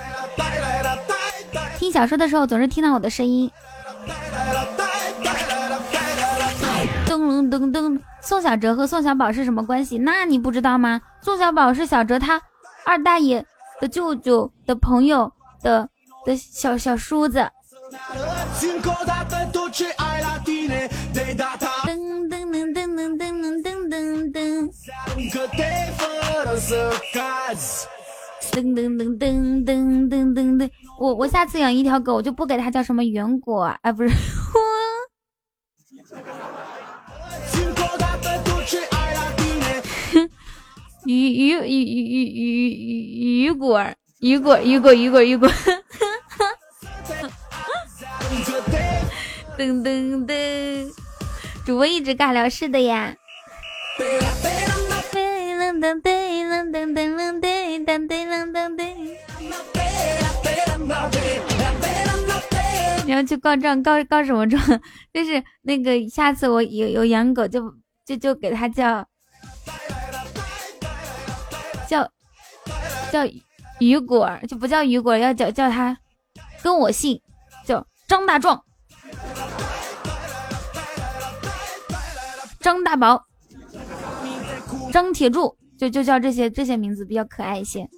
听小说的时候总是听到我的声音。咚咚咚咚， 宋小哲和宋小宝是什么关系？那你不知道吗？宋小宝是小哲他二大爷的舅舅的朋友的小叔子。噔噔噔噔噔噔噔噔噔噔。噔噔噔噔噔噔噔噔，我下次养一条狗，我就不给它叫什么圆果啊，不是雨果，噔噔噔，主播一直尬聊，是的呀。你要去告状，告什么状？就是那个下次我有养狗就给它叫雨果，就不叫雨果，要叫它跟我姓，叫张大壮、张大宝、张铁柱，就叫这些名字比较可爱一些。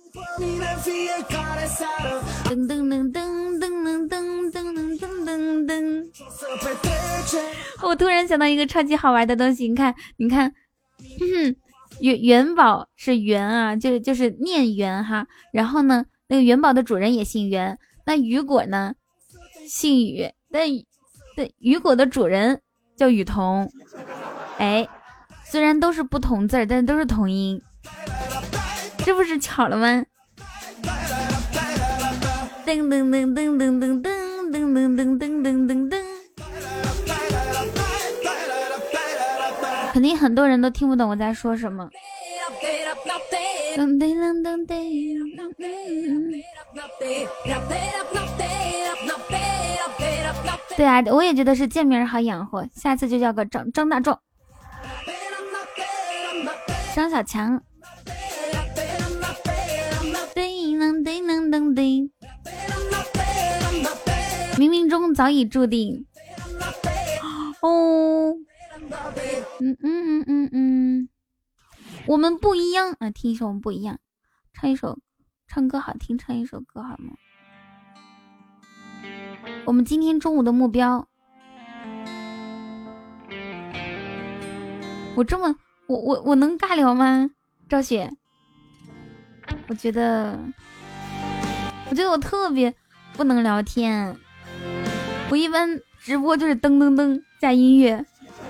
噔噔噔噔噔噔噔噔噔噔。我突然想到一个超级好玩的东西，你看，元宝是元啊，就是念元哈。然后呢，那个元宝的主人也姓元，那雨果呢姓雨，但雨果的主人叫雨桐。哎，虽然都是不同字儿，但都是同音，这不是巧了吗？噔噔噔噔噔噔噔噔噔噔噔噔噔，肯定很多人都听不懂我在说什么。对啊，我也觉得是见名好养活，下次就叫个张大壮、张小强。冥冥中早已注定。哦，我们不一样啊！听一首我们不一样，唱歌好听，唱一首歌好吗？我们今天中午的目标，我能尬聊吗？赵雪，我觉得我特别不能聊天，我一般直播就是噔噔噔加音乐。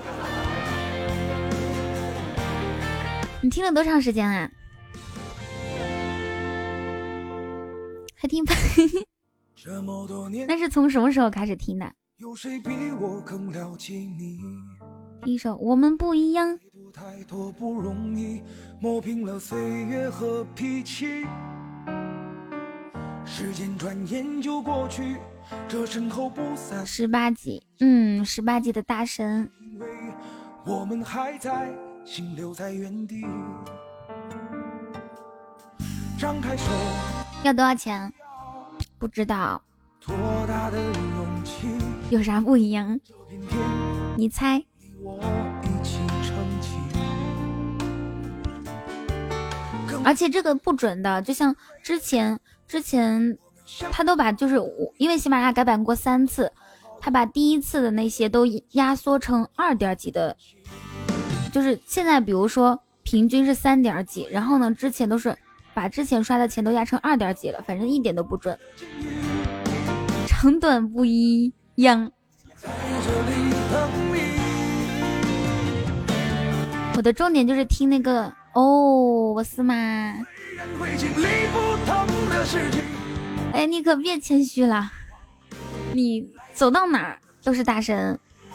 你听了多长时间啊？还听那是从什么时候开始听的？有谁比我更了解你？第一首我们不一样。太多不容易，磨平了岁月和脾气。时间转眼就过去，这身后不散。18级，18级的大神。因为我们还在，心留在原地。张开手。要多少钱？不知道。多大的勇气？有啥不一样？你猜。而且这个不准的，就像之前他都把就是因为喜马拉雅改版过3次，他把第一次的那些都压缩成2点几的，就是现在比如说平均是3点几，然后呢之前都是把之前刷的钱都压成2点几了，反正一点都不准，长短不一样。我的重点就是听那个我司马。哎，你可别谦虚了，你走到哪儿都是大神。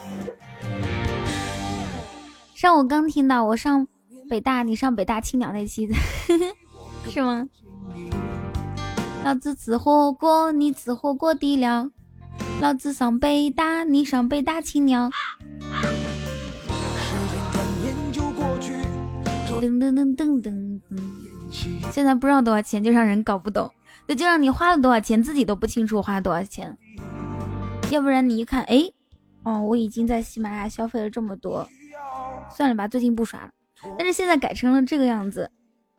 上午刚听到我上北大，你上北大青鸟那期的是吗？老子吃火锅，你吃火锅底料，老子上北大，你上北大青鸟。噔噔噔噔噔噔，现在不知道多少钱就让人搞不懂，就让你花了多少钱自己都不清楚花了多少钱，要不然你一看我已经在喜马拉雅消费了这么多， 算了吧，最近不刷了。但是现在改成了这个样子。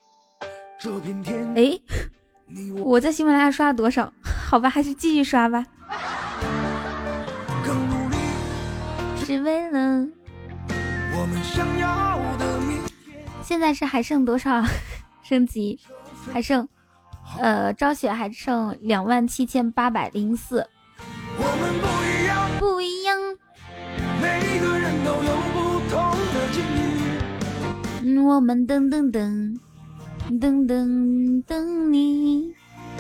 哎，我在喜马拉雅刷了多少？好吧，还是继续刷吧。只为了我们想要的明天。现在是还剩多少升级？还剩昭雪还剩27804。我们不一样，不一样。每个人都有不同的境遇。我们等等等等等等你。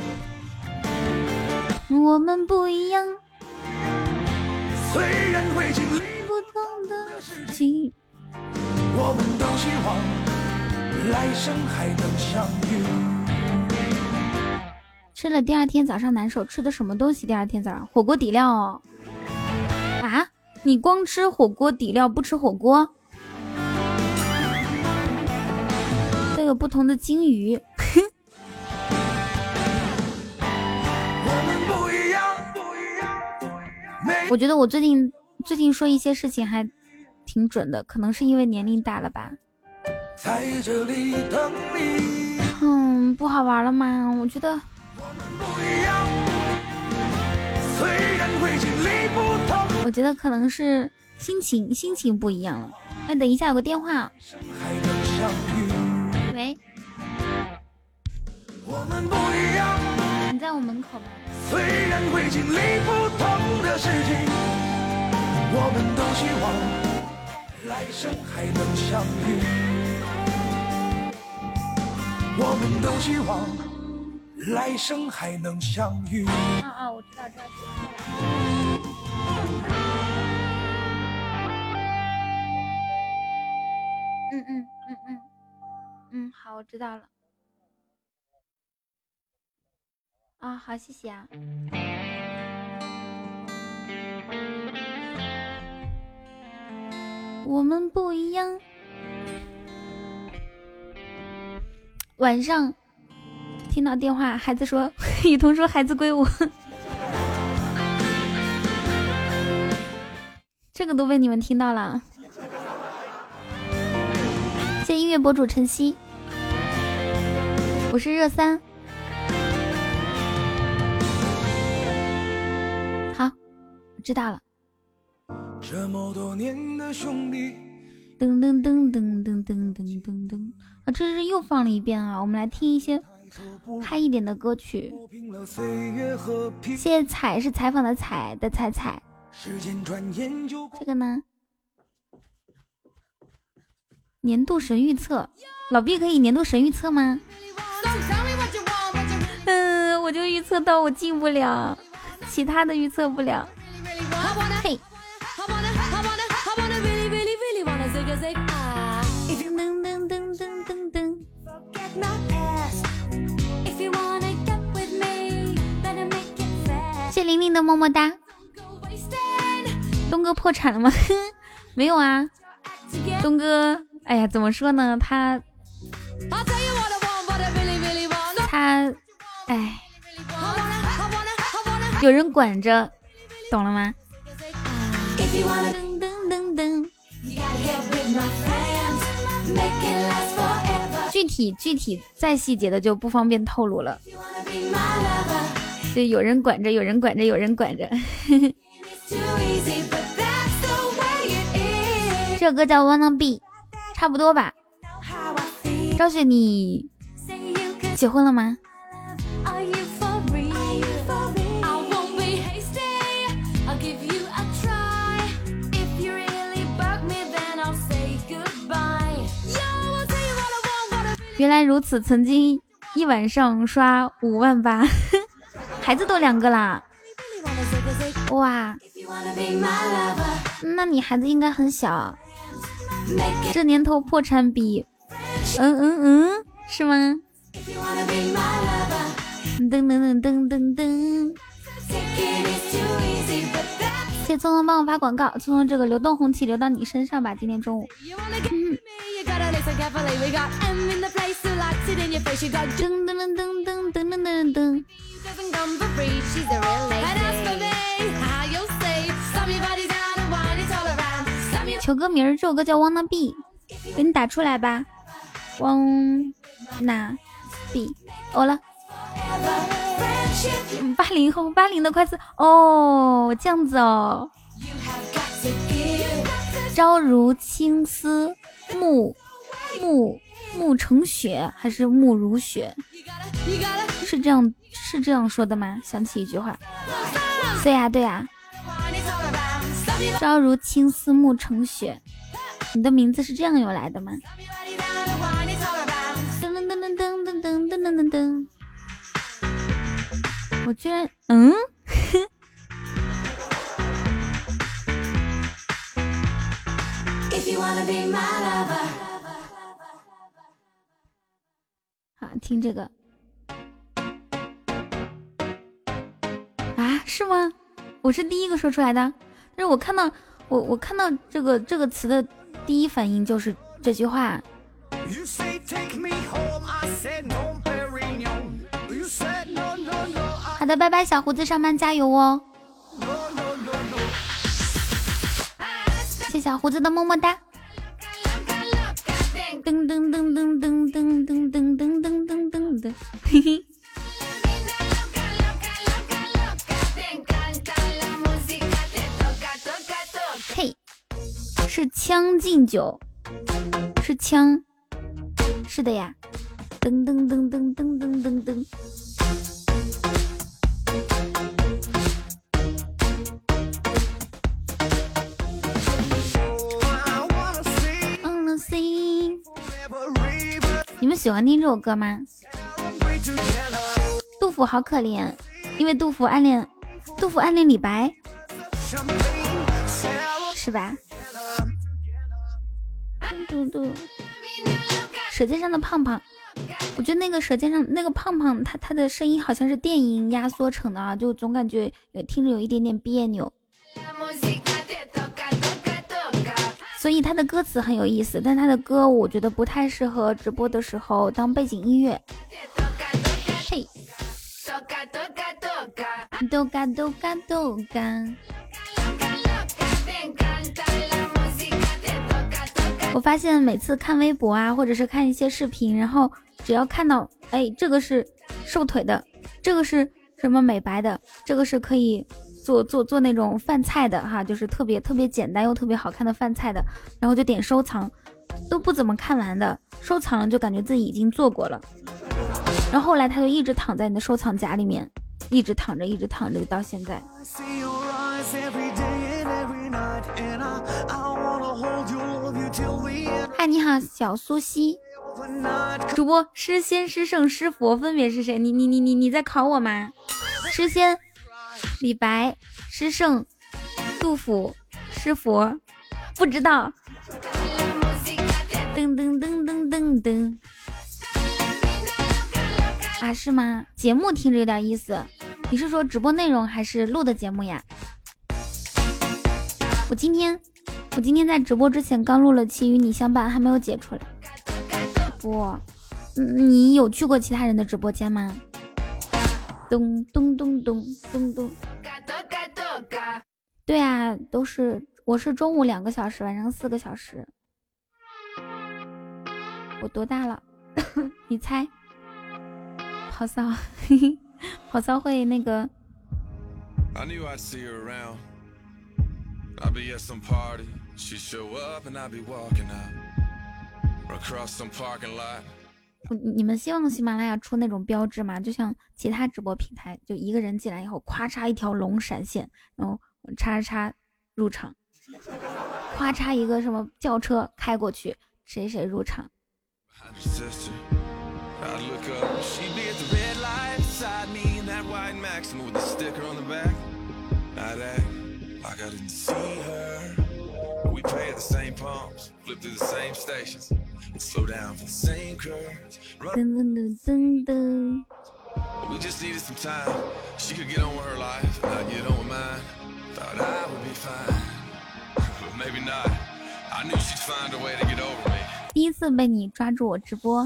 我们不一样，虽然会经历不同的事情，我们都希望来生还能相遇。吃了第二天早上难受，吃的什么东西？第二天早上火锅底料哦。啊，你光吃火锅底料不吃火锅？都有不同的鲸鱼。我觉得我最近说一些事情还挺准的，可能是因为年龄大了吧。在这里等你。不好玩了吗？我觉得我觉得可能是心情不一样了。哎，等一下有个电话。喂，你在我门口吗？虽然会经历不同的事情，我们都希望来生还能相遇。我们都希望来生还能相遇。我知道这是。好，我知道了。好，谢谢啊。我们不一样。晚上听到电话，孩子说，雨桐说孩子归我。这个都被你们听到了。谢谢音乐博主晨曦，我是热三。好，知道了。这么多年的兄弟，噔噔噔噔噔噔噔噔噔啊！这是又放了一遍啊！我们来听一些嗨一点的歌曲。谢谢采，是采访的采的采采。这个呢？年度神预测，老毕可以年度神预测吗？我就预测到我进不了，其他的预测不了。嘿，噔噔噔噔噔噔。谢玲玲的么么哒。东哥破产了吗？没有啊，东哥。哎呀，怎么说呢？他，哎，有人管着，懂了吗？噔噔噔噔。具体再细节的就不方便透露了。就有人管着，有人管着，有人管着。这首歌叫 Wanna Be。差不多吧。昭雪，你结婚了吗？原来如此，曾经一晚上刷58000，孩子都2个啦。哇，那你孩子应该很小。这年头破产比是吗？噔噔噔噔噔噔。谢谢聪聪帮我发广告，聪聪这个流动红旗流到你身上吧，今天中午。噔噔噔噔噔噔噔噔。 求歌名，这首歌叫 Wanna Be， 给你打出来吧。Wanna Be， 欧了。80后，80的快字哦，这样子哦。朝如青丝，暮成雪，还是暮如雪？是这样说的吗？想起一句话。对呀对呀。朝如青丝，暮成雪。你的名字是这样由来的吗？噔噔噔噔噔噔噔噔噔。我居然好，听这个啊？是吗？我是第一个说出来的，但是我看到这个词的第一反应就是这句话。好的，拜拜，小胡子，上班加油哦！谢小胡子的么么哒。噔噔噔噔噔噔噔噔噔噔噔噔，嘿嘿。嘿，是《将进酒》，是枪，是的呀。噔噔噔噔噔噔噔噔。你们喜欢听这首歌吗？杜甫好可怜，因为杜甫暗恋李白，是吧？舌尖上的胖胖，我觉得那个舌尖上那个胖胖，他的声音好像是电音压缩成的啊，就总感觉听着有一点点别扭。所以他的歌词很有意思，但他的歌我觉得不太适合直播的时候当背景音乐。嘿，都嘎都嘎都嘎。我发现每次看微博啊，或者是看一些视频，然后只要看到，哎，这个是瘦腿的，这个是什么美白的，这个是可以做那种饭菜的哈，就是特别简单又特别好看的饭菜的，然后就点收藏，都不怎么看完的，收藏了就感觉自己已经做过了，然后后来他就一直躺在你的收藏夹里面，一直躺着到现在。嗨，你好，小苏西。主播诗仙、诗圣、诗佛分别是谁？你在考我吗？诗仙李白，诗圣杜甫，诗佛不知道。噔噔噔噔噔噔啊，是吗？节目听着有点意思，你是说直播内容还是录的节目呀？我今天在直播之前刚录了期与你相伴，还没有解出来。不，你有去过其他人的直播间吗？咚咚咚咚咚咚。对啊，我是中午2个小时，晚上4个小时。我多大了？你猜？跑骚，跑骚会那个。I'll be at some party, she show up and I'll be walking out across some parking lot. 你们希望喜马拉雅出那种标志吗？就像其他直播平台，就一个人进来以后，咵嚓一条龙闪现，然后叉叉入场，咵嚓一个什么轿车开过去，谁入场。Like I didn't see her. We pay at the same pumps, flip through the same stations, and slow down for the same curves. We just needed some time. She could get on with her life, and I'd get on with mine. Thought I would be fine, but maybe not. I knew she'd find a way to get over me. 第一次被你抓住我直播，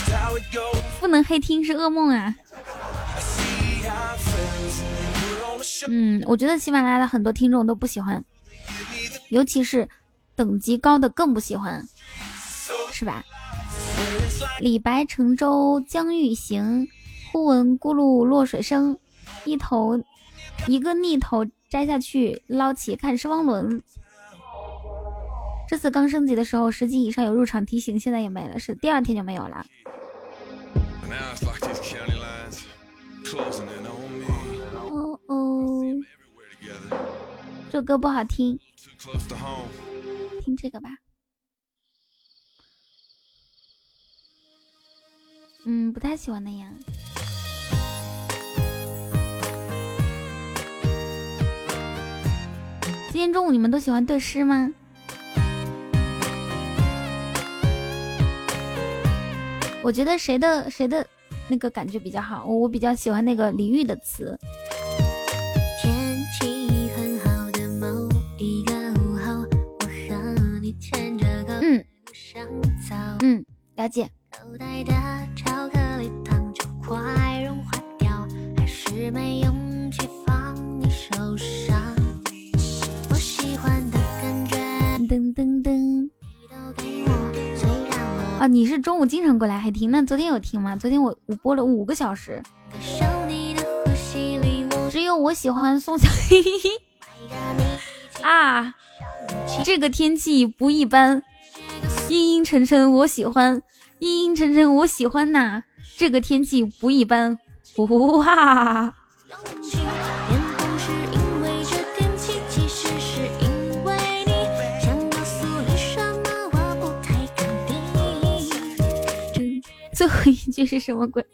不能黑听是噩梦啊。 我觉得喜马拉雅的很多听众都不喜欢，尤其是等级高的更不喜欢，是吧？李白乘舟将欲行，忽闻咕噜落水声。一个逆头摘下去，捞起看是汪伦。这次刚升级的时候10级以上有入场提醒，现在也没了，是第2天就没有了。这歌不好听，听这个吧。不太喜欢那样。今天中午你们都喜欢对诗吗？我觉得谁的那个感觉比较好，我比较喜欢那个李煜的词。天气很好的某一个午后，我和你牵着狗上草。了解。口袋的巧克力糖就快融化掉，还是没勇气放你手上。我喜欢的感觉，噔噔噔。啊，你是中午经常过来还听？那昨天有听吗？昨天我播了5个小时。只有我喜欢宋小啊，这个天气不一般，阴阴沉沉我喜欢，阴阴沉沉我喜欢呐，这个天气不一般，哇！最后一句是什么鬼？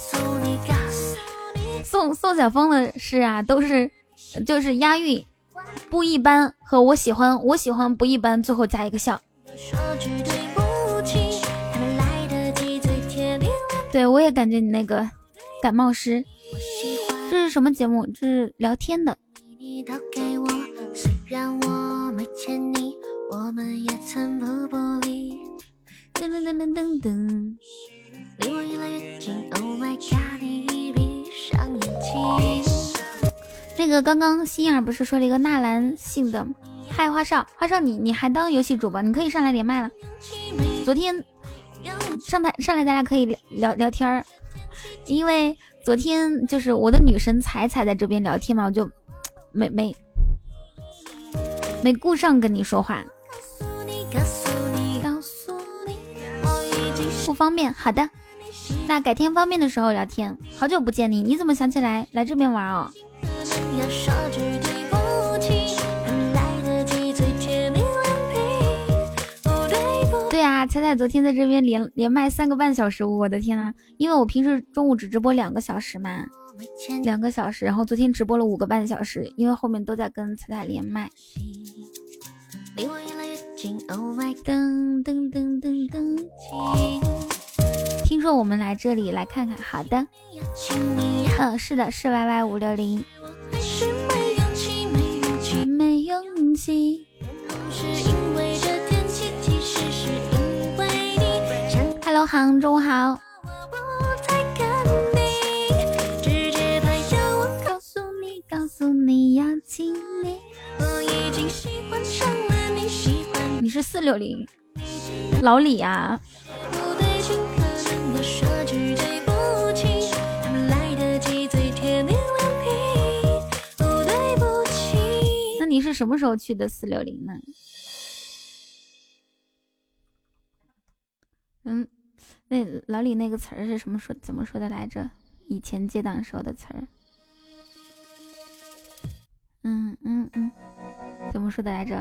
宋晓峰的诗啊，都是就是押韵，不一般和我喜欢不一般，最后加一个笑。对，我也感觉你那个感冒诗。这是什么节目？这是聊天的。虽然我没欠你，我们也曾不离。噔噔噔噔噔噔。离我越来越近 ，Oh my god！ 你闭上眼睛。那个刚刚心眼不是说了一个纳兰性的，嗨花少，花少你还当游戏主播，你可以上来连麦了。昨天上来咱俩可以聊天儿，因为昨天就是我的女神彩在这边聊天嘛，我就没顾上跟你说话。不方便，好的。那改天方便的时候聊天。好久不见你，你怎么想起来这边玩哦？对啊，彩昨天在这边连麦3个半小时，我的天啊！因为我平时中午只直播2个小时嘛，2个小时，然后昨天直播了5个半小时，因为后面都在跟彩连麦。噔噔噔噔噔。听说我们来这里来看看，好的。是的，是 YY560。没勇气。Hello， 杭中好。告诉你要亲你。你是460，老李啊。那你是什么时候去的460呢？那老李那个词儿是怎么说的来着？以前接档时候的词儿。怎么说的来着？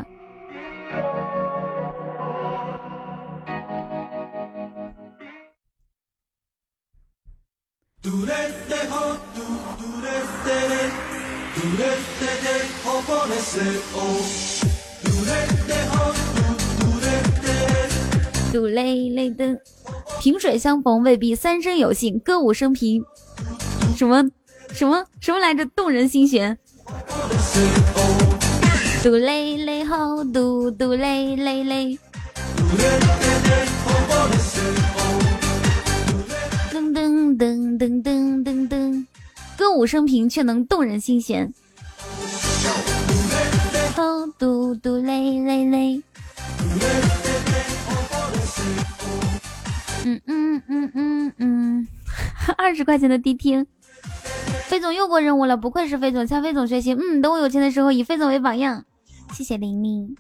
杜累累的，萍水相逢未必三生有幸，歌舞升平，什么来着？动人心弦。杜累累吼，杜累累累。噔噔噔噔噔噔噔，歌舞升平却能动人心弦。 嘟嘟嘞嘞嘞。20块钱的迪厅，飞总又过任务了，不愧是飞总，向飞总学习。等我有钱的时候以飞总为榜样。谢谢玲玲。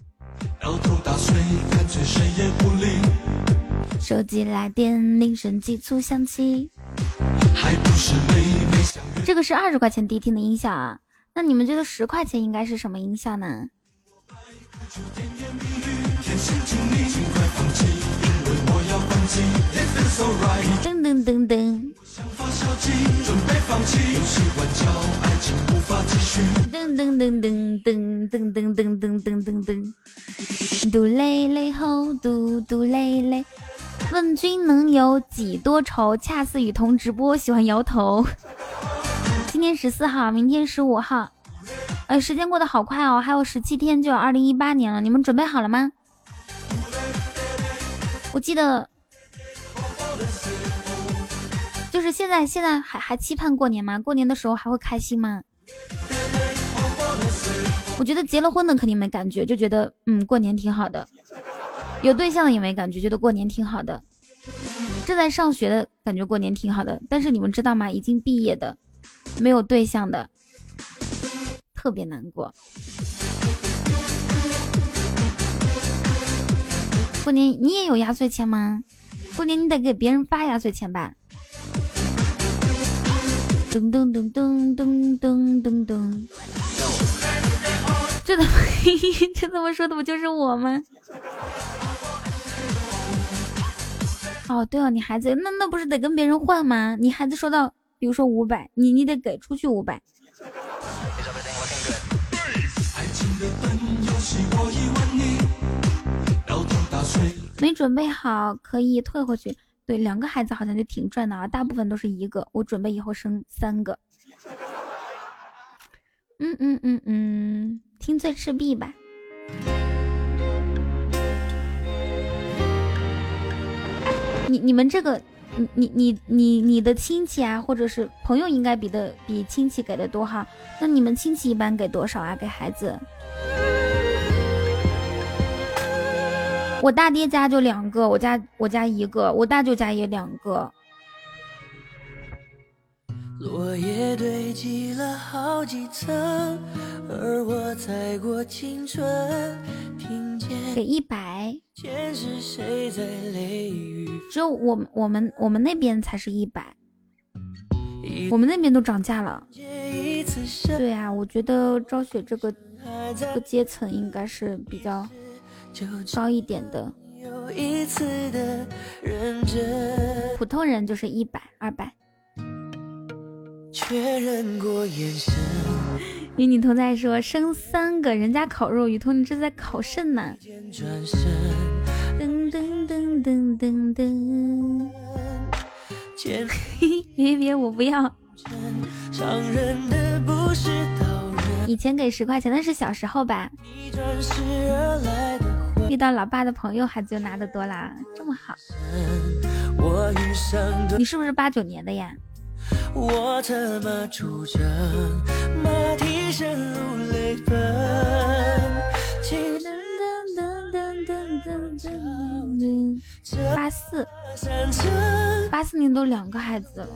手机来电，铃声急促响起。这个是20块钱迪厅的音效啊，那你们觉得10块钱应该是什么音效呢？噔噔噔噔。噔噔噔噔噔噔噔噔噔噔噔噔，嘟嘞嘞吼，嘟嘟嘞嘞。问君能有几多愁？恰似雨桐直播，喜欢摇头。今天14号，明天15号。时间过得好快哦，还有17天就要2018年了，你们准备好了吗？我记得。就是现在还期盼过年吗？过年的时候还会开心吗？我觉得结了婚的肯定没感觉，就觉得过年挺好的。有对象的也没感觉，觉得过年挺好的。正在上学的感觉过年挺好的，但是你们知道吗？已经毕业的，没有对象的，特别难过。过年你也有压岁钱吗？过年你得给别人发压岁钱吧？噔噔噔噔噔噔噔噔，这怎么说的不就是我吗？哦，对哦，你孩子那不是得跟别人换吗？你孩子收到，比如说500，你得给出去500。没准备好可以退回去。对，2个孩子好像就挺赚的啊，大部分都是1个，我准备以后生3个。听醉赤壁吧。你们这个，你的亲戚啊，或者是朋友，应该比亲戚给的多哈。那你们亲戚一般给多少啊？给孩子？我大爹家就2个，我家1个，我大舅家也2个。落叶堆积了好几层，而我踩过青春，听见给100。是谁在雷雨？只有我们那边才是100，我们那边都涨价了。对啊，我觉得昭雪这个阶层应该是比较高一点的，普通人就是100、200。确认过眼神。与女同在说生3个，人家烤肉，雨桐你这在烤肾呢。噔噔噔噔噔噔。别，我不要。以前给10块钱，那是小时候吧。遇到老爸的朋友，孩子就拿得多啦，这么好。你是不是89年的呀？我他妈出征，马蹄声如泪奔。84年都2个孩子了。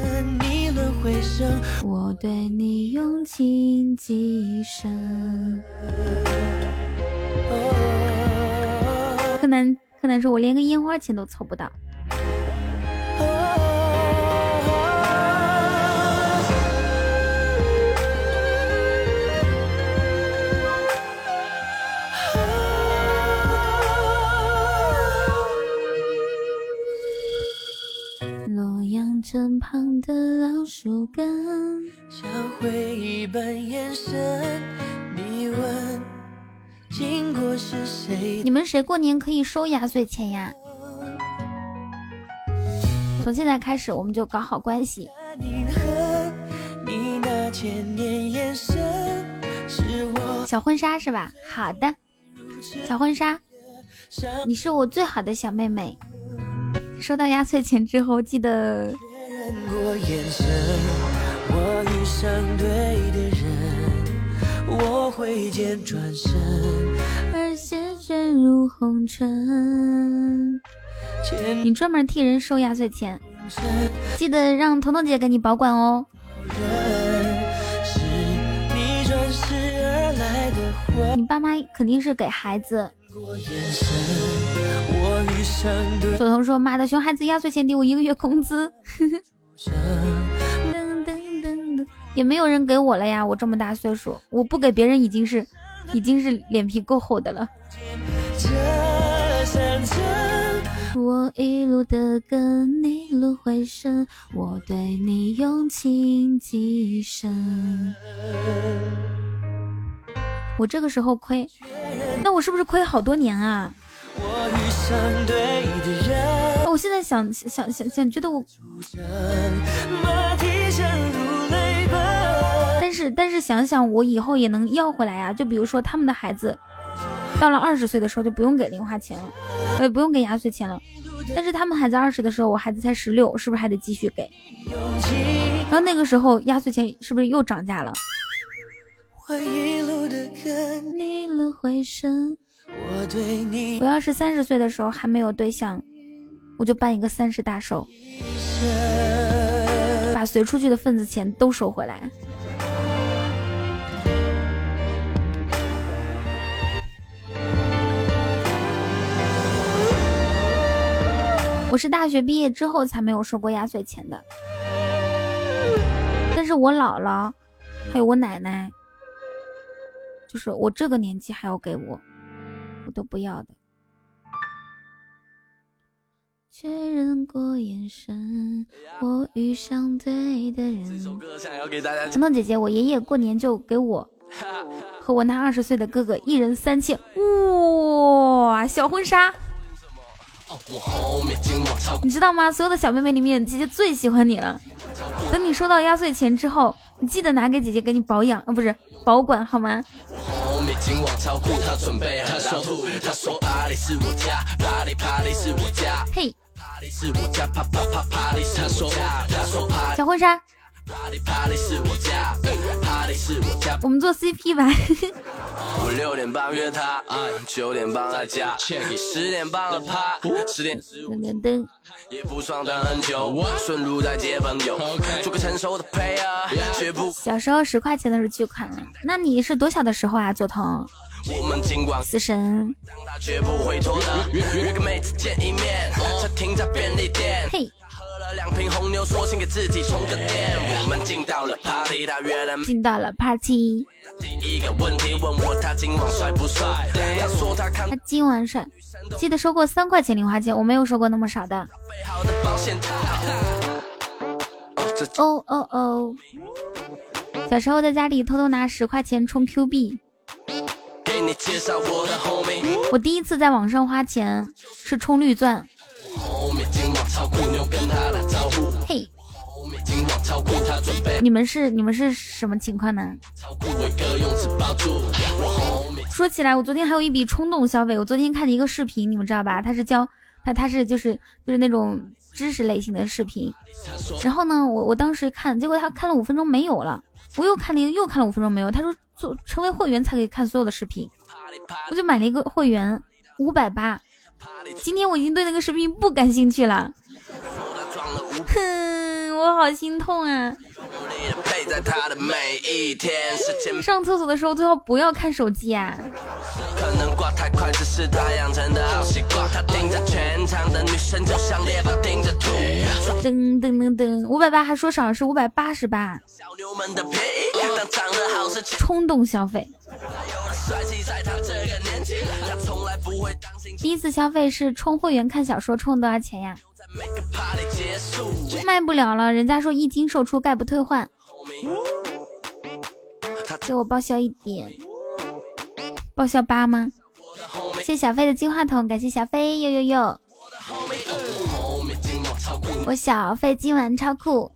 我对你用情极深。柯南说我连个烟花钱都凑不到。洛阳城旁的老树根，像回忆般眼神，你问经过是谁？你们谁过年可以收压岁钱呀？从现在开始我们就搞好关系。小婚纱是吧？好的，小婚纱，你是我最好的小妹妹。收到压岁钱之后记得我遇上对的人， 我挥剑转身， 而鲜血如红尘。你专门替人收压岁钱，记得让彤彤姐给你保管哦。你爸妈肯定是给孩子。左彤说妈的，熊孩子压岁钱抵我1个月工资。也没有人给我了呀，我这么大岁数，我不给别人已经是脸皮够厚的了。我一路的跟你路回声，我对你用情极深。我这个时候亏，那我是不是亏好多年啊？我现在想，觉得我，但是想想我以后也能要回来啊。就比如说他们的孩子到了20岁的时候就不用给零花钱了，不用给压岁钱了。但是他们孩子20的时候，我孩子才16，是不是还得继续给？然后那个时候压岁钱是不是又涨价了？我要是30岁的时候还没有对象，我就办一个30大寿，把随出去的份子钱都收回来。我是大学毕业之后才没有收过压岁钱的，但是我姥姥还有我奶奶，就是我这个年纪还要给我都不要的。确认过眼神，我遇上对的人。彤彤姐姐，我爷爷过年就给我和我那20岁的哥哥1人3000，哇，小婚纱。你知道吗？所有的小妹妹里面，姐姐最喜欢你了。等你收到压岁钱之后，你记得拿给姐姐给你保养，不是保管好吗？嘿，小婚纱，我们做 CP 吧。 我6点半约他，9点半在家，10点半了趴，10点15 噔也不爽等很久，顺路再接朋友，做个成熟的配绝不。 小时候10块钱的是巨款了，那你是多小的时候啊，佐藤？ 我们尽管死神， 绝不会拖的，约个妹子见一面，车停在便利店。 嘿。 2瓶红牛，说请给自己充个电。我们进到了 party， 他约了进到了 party。 第一个问题问我他今晚帅不帅？他说他看他今晚帅。记得收过3块钱零花钱，我没有收过那么少的。哦哦哦！小时候在家里偷偷拿10块钱充 Q 币。 给你介绍我的 homie。 我第一次在网上花钱是充绿钻。嘿，你们是什么情况呢？说起来，我昨天还有一笔冲动消费。我昨天看的一个视频，你们知道吧？他是教他是就是那种知识类型的视频。然后呢，我当时看，结果他看了5分钟没有了，我又看了5分钟没有。他说成为会员才可以看所有的视频，我就买了一个会员580。今天我已经对那个视频不感兴趣了，哼，我好心痛啊！上厕所的时候最好不要看手机啊！ 可能挂太快，只是他养成的好习惯。他盯着全场的女生，就像猎豹盯着兔。 噔噔噔噔，580还说少是588。冲动消费。第一次消费是充会员看小说，充多少钱呀？卖不了了，人家说一经售出概不退换。给我报销1点，报销8吗？谢谢小飞的金话筒，感谢小飞，呦呦呦！我小飞今晚超酷。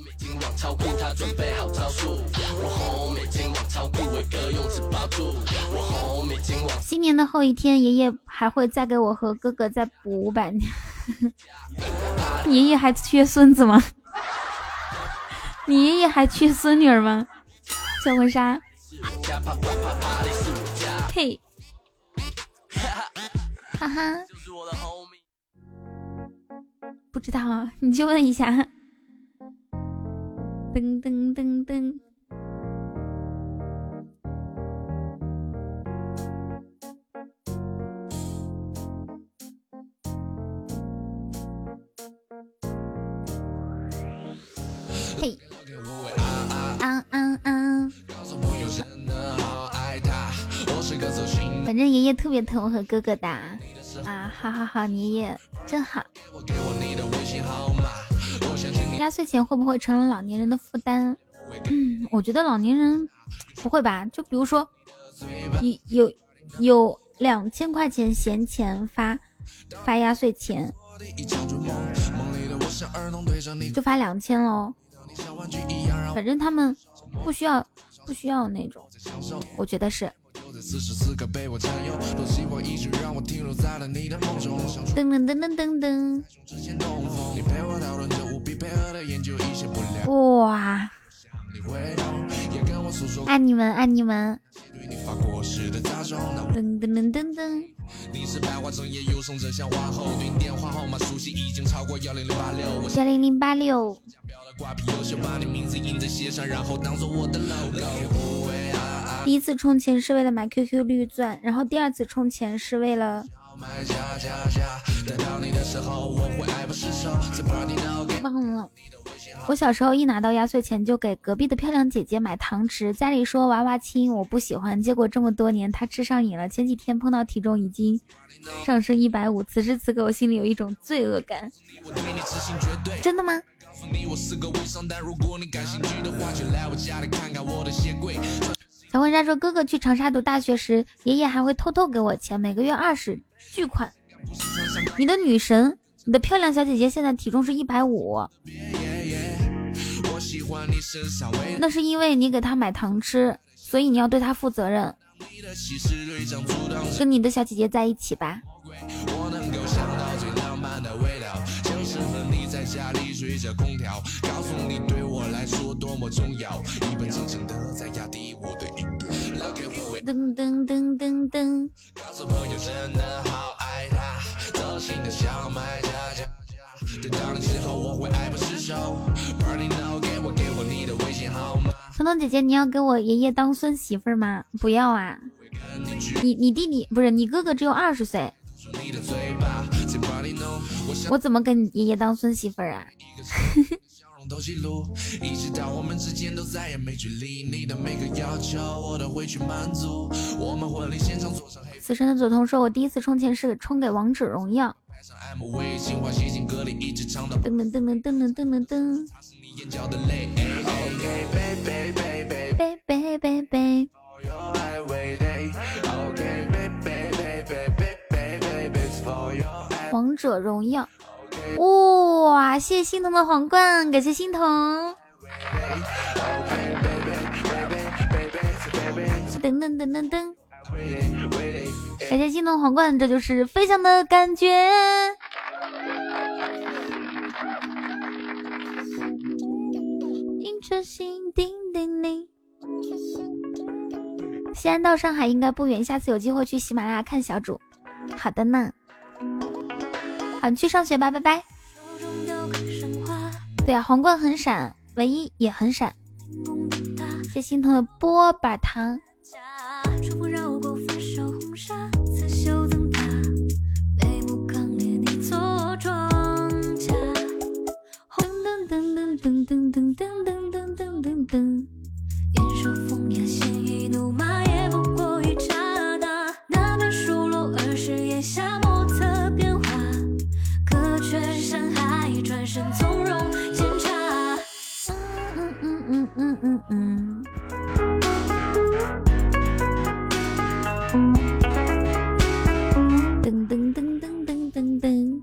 新年的后一天，爷爷还会再给我和哥哥再补500年。爷爷还缺孙子吗？你爷爷还缺孙女儿吗？小婚纱， 嘿，哈哈，不知道啊，你就问一下。噔噔噔噔。嘿，反正爷爷特别疼我和哥哥的啊，好好好，你爷爷真好。压岁钱会不会成了老年人的负担？我觉得老年人不会吧，就比如说有2000块钱闲钱发压岁钱，就发2000咯。反正他们不需要那种，我觉得是。噔噔噔噔噔噔，哇！爱你们，爱你们！噔噔噔噔噔。10086。第一次充钱是为了买 QQ 绿钻，然后第二次充钱是为了忘了。我小时候一拿到压岁钱就给隔壁的漂亮姐姐买糖吃，家里说娃娃亲我不喜欢，结果这么多年她吃上瘾了，前几天碰到体重已经上升150，此时此刻我心里有一种罪恶感。真的吗？小婚纱说，哥哥去长沙读大学时，爷爷还会偷偷给我钱，每个月20，巨款。你的女神，你的漂亮小姐姐现在体重是150，那是因为你给她买糖吃，所以你要对她负责任。跟你的小姐姐在一起吧。家里吹着空调，告诉你对我来说多么重要，一本正经的在压低我的音调。噔噔噔噔噔，告诉朋友真的好爱他，走心的想买家家家，等到你之后我会爱不释手。Party now， 给我你的微信号码。彤彤姐姐，你要给我爷爷当孙媳妇吗？不要啊，你弟弟不是你哥哥只有20岁。我怎么跟你爷爷当孙媳妇儿啊？死神的左瞳说，我第一次充钱是充给王者荣耀。噔噔噔噔噔噔噔噔噔。贝。王者荣耀，哇！谢谢心彤的皇冠，感谢心彤。噔噔噔噔噔，感谢心彤皇冠，这就是飞翔的感觉。听着心叮叮铃。西安到上海应该不远，下次有机会去喜马拉雅看小主。好的呢。好，你去上学吧，拜拜。对啊，皇冠很闪，唯一也很闪。谢心疼的波板糖。噔噔噔噔噔噔噔噔噔噔噔。眼手风雅，鲜衣怒马，也不过一刹那。那边数落儿时檐下莫测变化，隔却山海，转身从容检查。噔噔噔噔噔噔噔。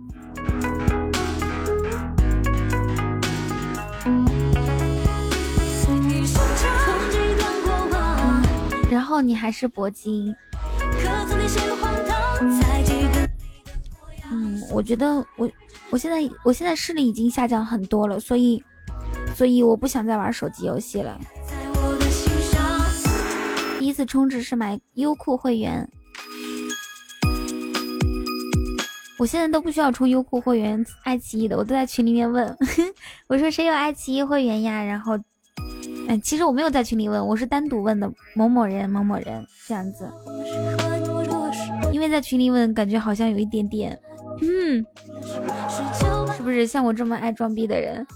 然后你还是铂金。我觉得我现在视力已经下降很多了，所以我不想再玩手机游戏了。 第一次充值是买优酷会员，我现在都不需要充优酷会员，爱奇艺的我都在群里面问我说谁有爱奇艺会员呀，然后其实我没有在群里问，我是单独问的某某人某某人这样子，因为在群里问感觉好像有一点点是不是像我这么爱装逼的人？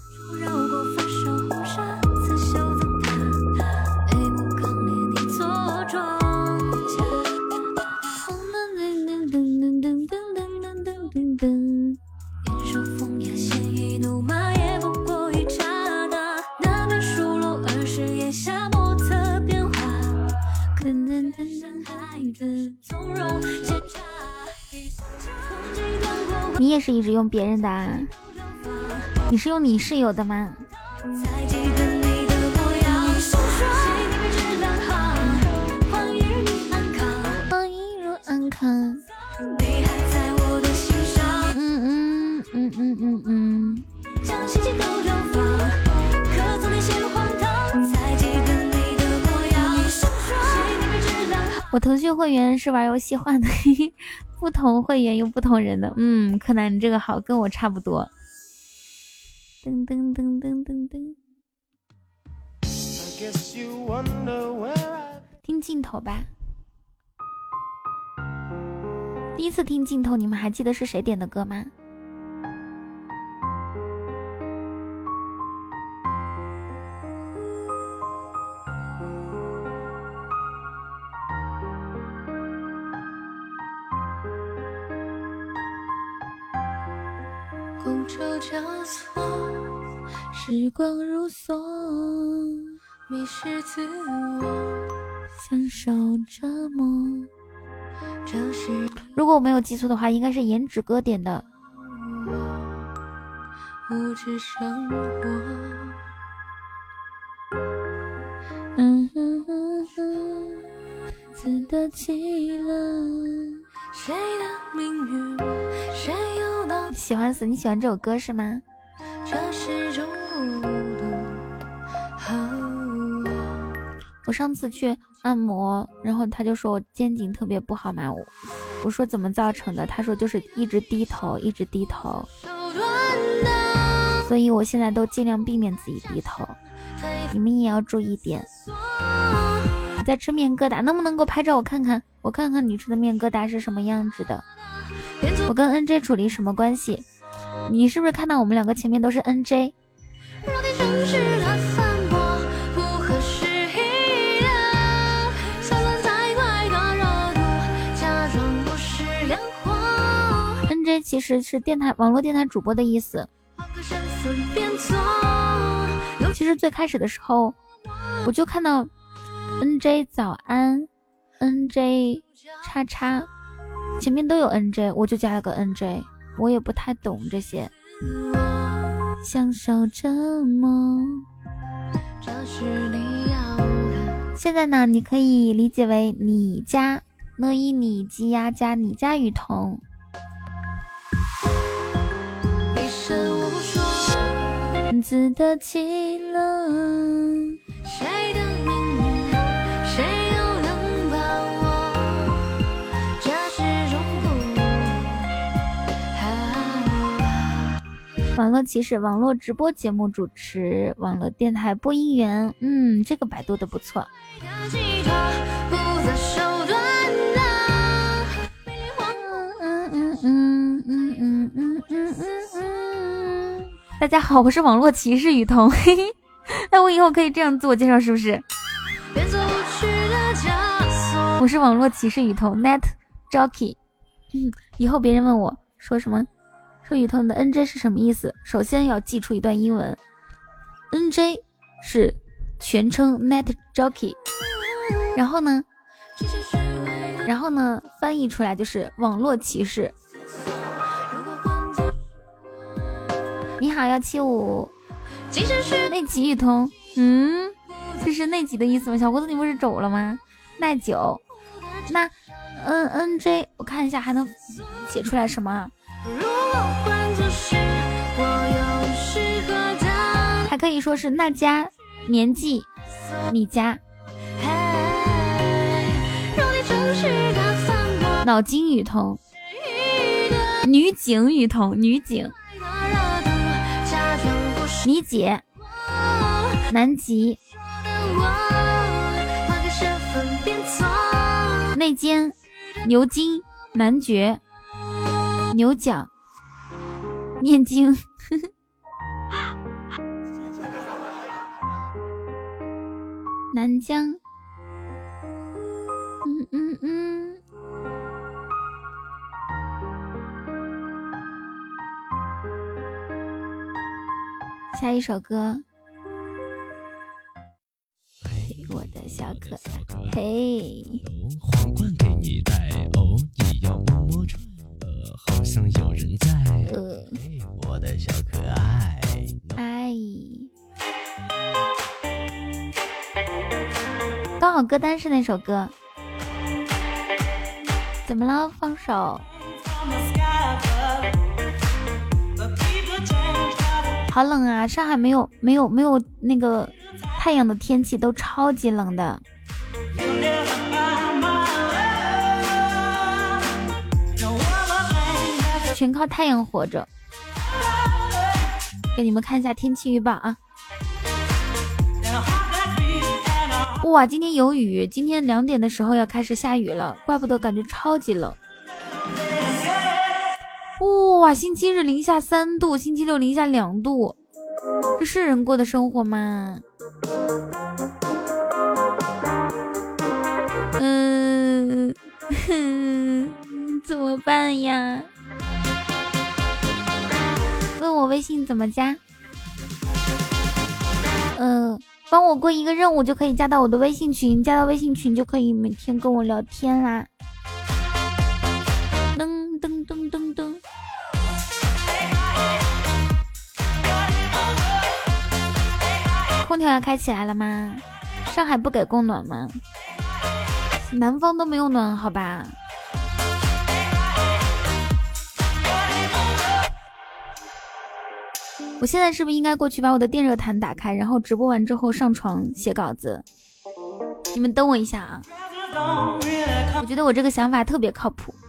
你也是一直用别人的啊？你是用你室友的吗？欢迎入安康。我腾讯会员是玩游戏换的，不同会员有不同人的。柯南你这个好，跟我差不多。噔噔噔噔噔噔，听镜头吧。第一次听镜头，你们还记得是谁点的歌吗？觥筹交错，时光如梭，迷失自我，享受折磨。如果我没有记错的话，应该是颜值哥点的。物质生活，自得其乐，谁的命运，谁又能喜欢死？你喜欢这首歌是吗？这是种孤独。我上次去按摩，然后他就说我肩颈特别不好嘛，我说怎么造成的？他说就是一直低头，一直低头，所以我现在都尽量避免自己低头，你们也要注意点。你在吃面疙瘩，能不能给我拍照我看看？我看看你吃的面疙瘩是什么样子的。我跟 NJ 楚离什么关系？你是不是看到我们两个前面都是 NJ？NJ 其实是网络电台主播的意思。其实最开始的时候，我就看到 NJ 早安 NJ 叉叉前面都有 NJ， 我就加了个 NJ， 我也不太懂这些。享受折磨，这是你要的。现在呢，你可以理解为你家呢一你鸡鸭加你家雨桐。自得其乐，谁的命运，谁又能把握？这是种孤独。网络骑士，网络直播节目主持，网络电台播音员。这个百度的不错。大家好，我是网络骑士雨桐。那我以后可以这样自我介绍是不是？我是网络骑士雨桐 Net Jockey。以后别人问我说什么，说雨桐的 NJ 是什么意思，首先要记出一段英文。 NJ 是全称 Net Jockey， 然后呢翻译出来就是网络骑士。你好175，内急雨桐。这是内急的意思吗？小胡子你不是走了吗？耐久。那NJ 我看一下还能写出来什么。还可以说是那家年纪你家。 脑筋雨桐，女警雨桐，女警，理解，南极，内奸，牛筋，男爵，牛角，念经。南疆，下一首歌，嘿，我的小可爱，嘿，皇冠给你戴哦，你要摸摸穿，好像有人在，嘿，我的小可爱，哎。刚好歌单是那首歌，怎么了？放手。好冷啊！上海没有那个太阳的天气，都超级冷的。全靠太阳活着。给你们看一下天气预报啊！哇，今天有雨，今天2点的时候要开始下雨了，怪不得感觉超级冷。哇，星期日零下3度，星期六零下2度，这是人过的生活吗？怎么办呀？问我微信怎么加？帮我过一个任务就可以加到我的微信群，加到微信群就可以每天跟我聊天啦。噔噔噔噔噔。空调要开起来了吗？上海不给供暖吗？南方都没有暖，好吧。我现在是不是应该过去把我的电热毯打开，然后直播完之后上床写稿子？你们等我一下啊！我觉得我这个想法特别靠谱。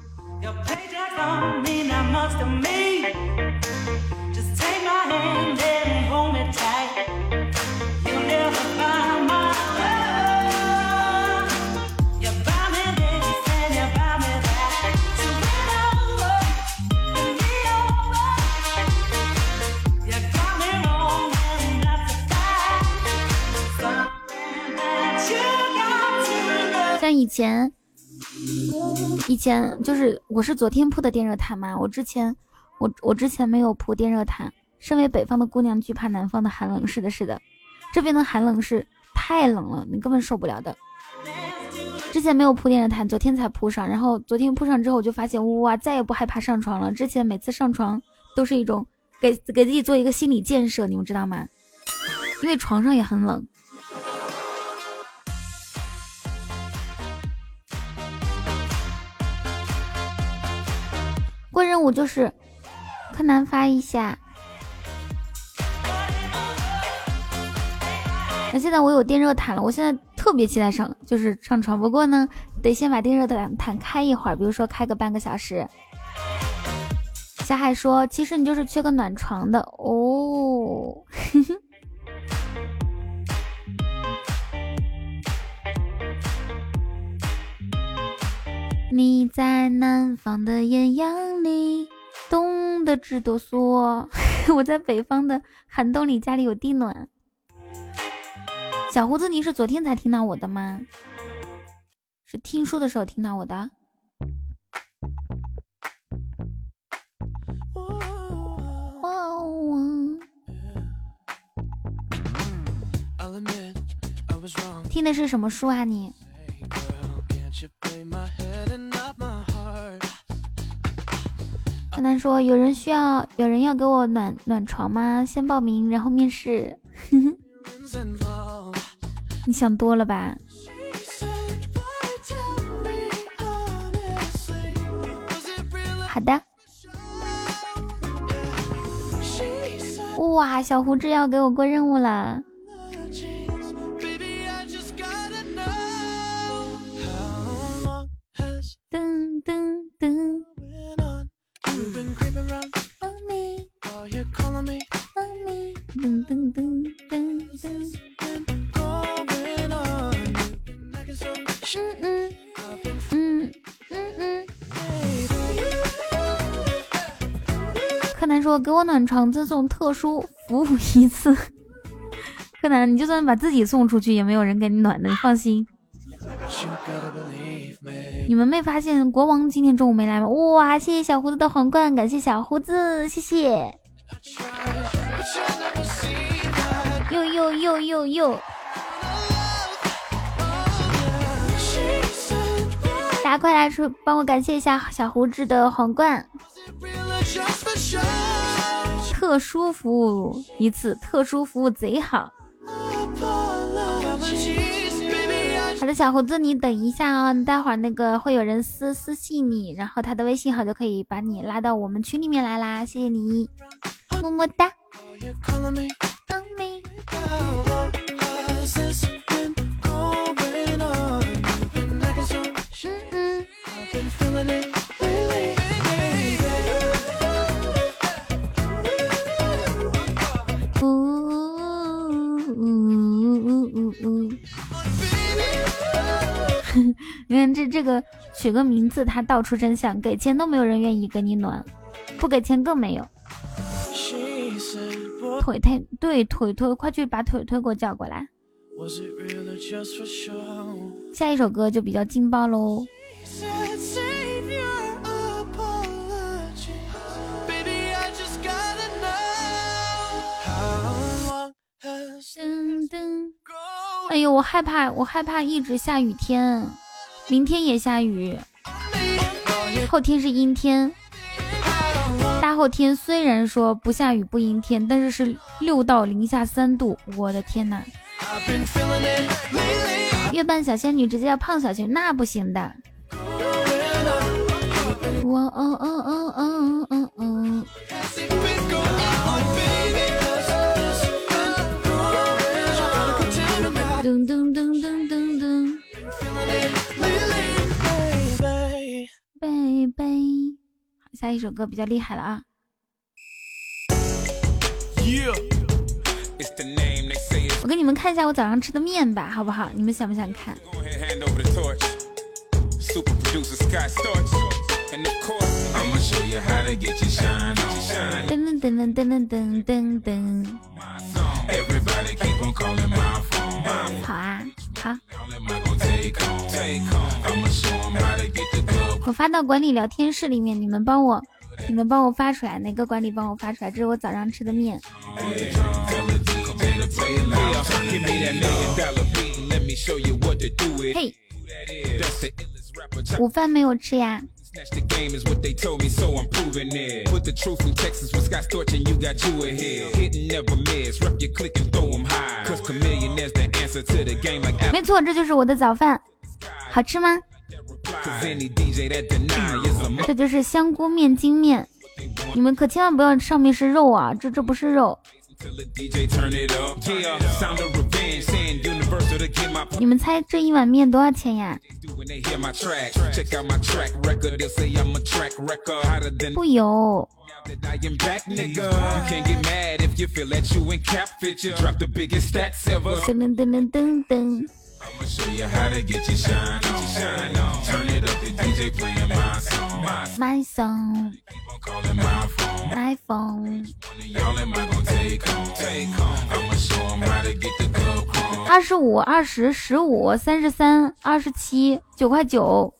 像以前就是我是昨天铺的电热毯嘛，我之前没有铺电热毯。身为北方的姑娘惧怕南方的寒冷，是的是的，这边的寒冷是太冷了，你根本受不了的。之前没有铺电热毯，昨天才铺上，然后昨天铺上之后我就发现哇，再也不害怕上床了。之前每次上床都是一种给自己做一个心理建设，你们知道吗？因为床上也很冷。过任务就是柯南发一下。那现在我有电热毯了，我现在特别期待上床，不过呢得先把电热毯开一会儿，比如说开个半个小时。小海说其实你就是缺个暖床的哦。你在南方的艳阳里冻得直哆嗦，我在北方的寒冬里家里有地暖。小胡子，你是昨天才听到我的吗？是听书的时候听到我的？听的是什么书啊你？柯南说有人要给我暖床吗？先报名然后面试。你想多了吧？好的。哇，小胡子要给我过任务了。噔噔噔噔。噔噔噔噔噔。柯南说给我暖床赠送特殊服务一次。柯南，你就算把自己送出去也没有人给你暖的，你放心。你们没发现国王今天中午没来吗？哇，谢谢小胡子的皇冠，感谢小胡子，谢谢。哟，大家快来说，帮我感谢一下小胡子的皇冠。特殊服务一次，特殊服务贼好。好的，小胡子，你等一下啊，待会儿那个会有人私信你，然后他的微信号就可以把你拉到我们群里面来啦，谢谢你，么么哒。你看这个取个名字，他道出真相，给钱都没有人愿意跟你暖，不给钱更没有。腿，快去把腿给我叫过来。下一首歌就比较劲爆喽。哎呦，我害怕一直下雨天，明天也下雨，后天是阴天，大后天虽然说不下雨不阴天，但是是6到零下3度，我的天哪！月半小仙女直接要胖小仙女，那不行的。噔噔噔噔噔噔，贝贝，下一首歌比较厉害了啊！我给你们看一下我早上吃的面吧，好不好？你们想不想看？噔噔噔噔噔噔噔噔。好啊，好。我发到管理聊天室里面，你们帮我发出来，哪个管理帮我发出来？这是我早上吃的面。嘿，午饭没有吃呀。没错，这就是我的早饭，好吃吗？这就是香菇面筋面，你们可千万不要上面是肉啊，这不是肉。你们猜这一碗面多少钱呀？不油。噔噔噔噔噔。My song, my phone。25、20、15、33、27、9块9，10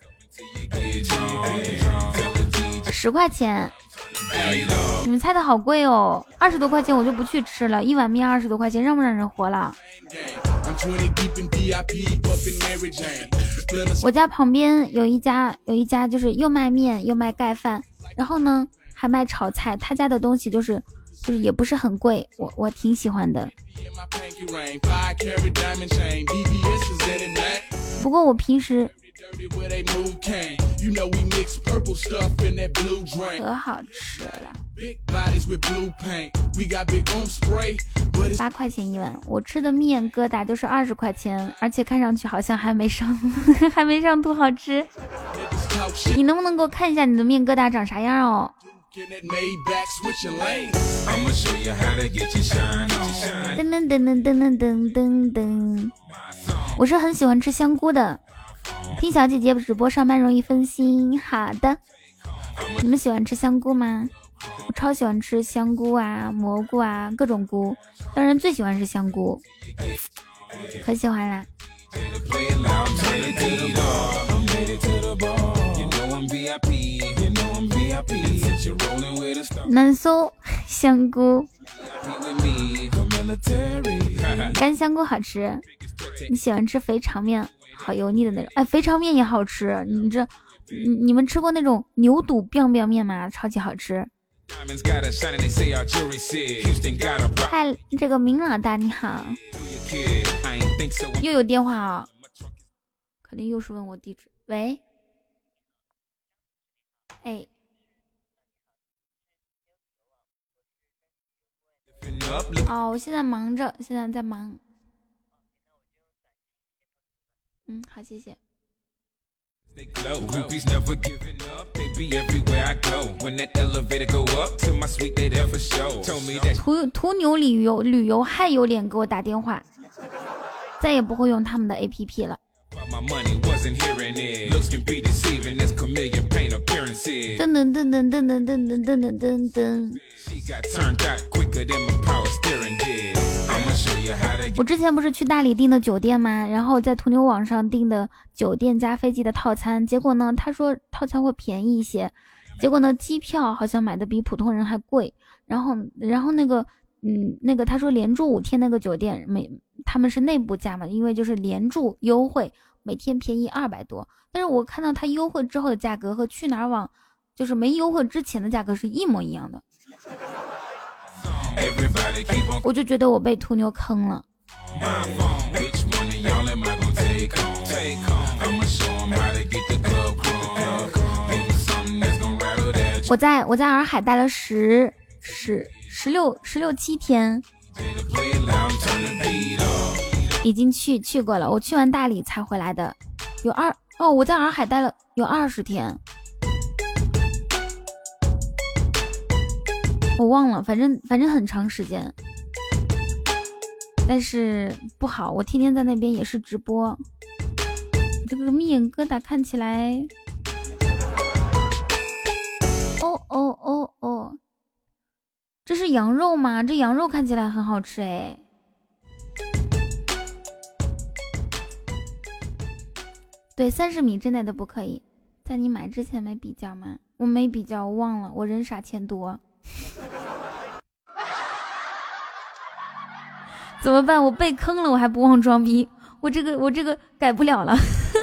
块钱。你们猜的好贵哦，20多块钱我就不去吃了，一碗面20多块钱，让不让人活了？我家旁边有一家就是又卖面又卖盖饭，然后呢还卖炒菜，他家的东西就是也不是很贵，我挺喜欢的。不过我平时可好吃了，8块钱一碗。我吃的面疙瘩都是20块钱，而且看上去好像还没上还没上图好吃。你能不能给我看一下你的面疙瘩长啥样哦？噔噔噔噔噔噔噔噔。我是很喜欢吃香菇的，听小姐姐直播上班容易分心。好的，你们喜欢吃香菇吗？我超喜欢吃香菇啊、蘑菇啊，各种菇，当然最喜欢是香菇，可喜欢啦。南搜香菇，干香菇好吃。你喜欢吃肥肠面，好油腻的那种。哎，肥肠面也好吃。你们吃过那种牛肚 biang biang 面吗？超级好吃。嗨，这个明老大你好，又有电话啊、肯定又是问我地址。喂，哎，哦，我现在忙着，现在在忙。好，谢谢。途牛旅游还有脸给我打电话，再也不会用他们的 APP 了。噔噔噔噔噔噔噔噔噔噔噔。我之前不是去大理订的酒店吗？然后在途牛网上订的酒店加飞机的套餐，结果呢，他说套餐会便宜一些，结果呢，机票好像买的比普通人还贵。然后那个他说连住5天那个酒店他们是内部价嘛，因为就是连住优惠，每天便宜200多。但是我看到他优惠之后的价格和去哪儿网就是没优惠之前的价格是一模一样的，我就觉得我被途牛坑了。我在洱海待了16、17天，已经去过了。我去完大理才回来的，我在洱海待了有20天，我忘了，反正很长时间。但是不好，我天天在那边也是直播。这个面疙瘩看起来，哦，这是羊肉吗？这羊肉看起来很好吃哎。对，30米之内的不可以。在你买之前没比较吗？我没比较，我忘了，我人傻钱多。怎么办？我被坑了，我还不忘装逼，我这个改不了了。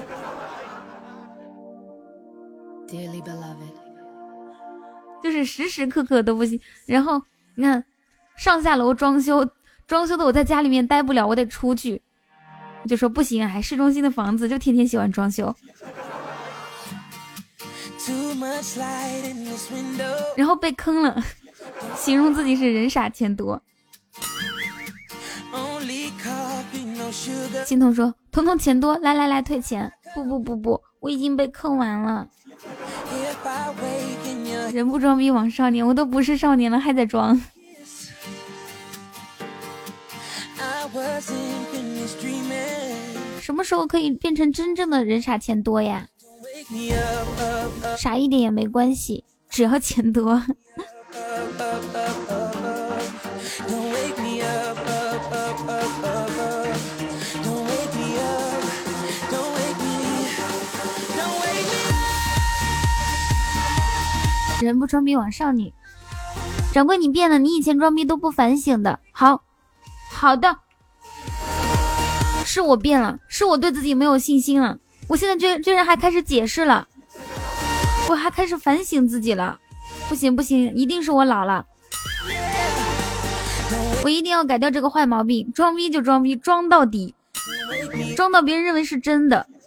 就是时时刻刻都不行。然后你看，上下楼装修的我在家里面待不了，我得出去。我就说不行，还市中心的房子就天天喜欢装修。然后被坑了，形容自己是人傻钱多。心痛说：“彤彤钱多，来退钱。”不，我已经被坑完了。人不装逼枉少年，我都不是少年了，还在装。什么时候可以变成真正的人傻钱多呀？傻一点也没关系，只要钱多。人不装逼枉少女。掌柜你变了，你以前装逼都不反省的。好的，是我变了，是我对自己没有信心了。我现在居然还开始解释了，我还开始反省自己了。不行，一定是我老了，我一定要改掉这个坏毛病。装逼就装逼，装到底，装到别人认为是真的。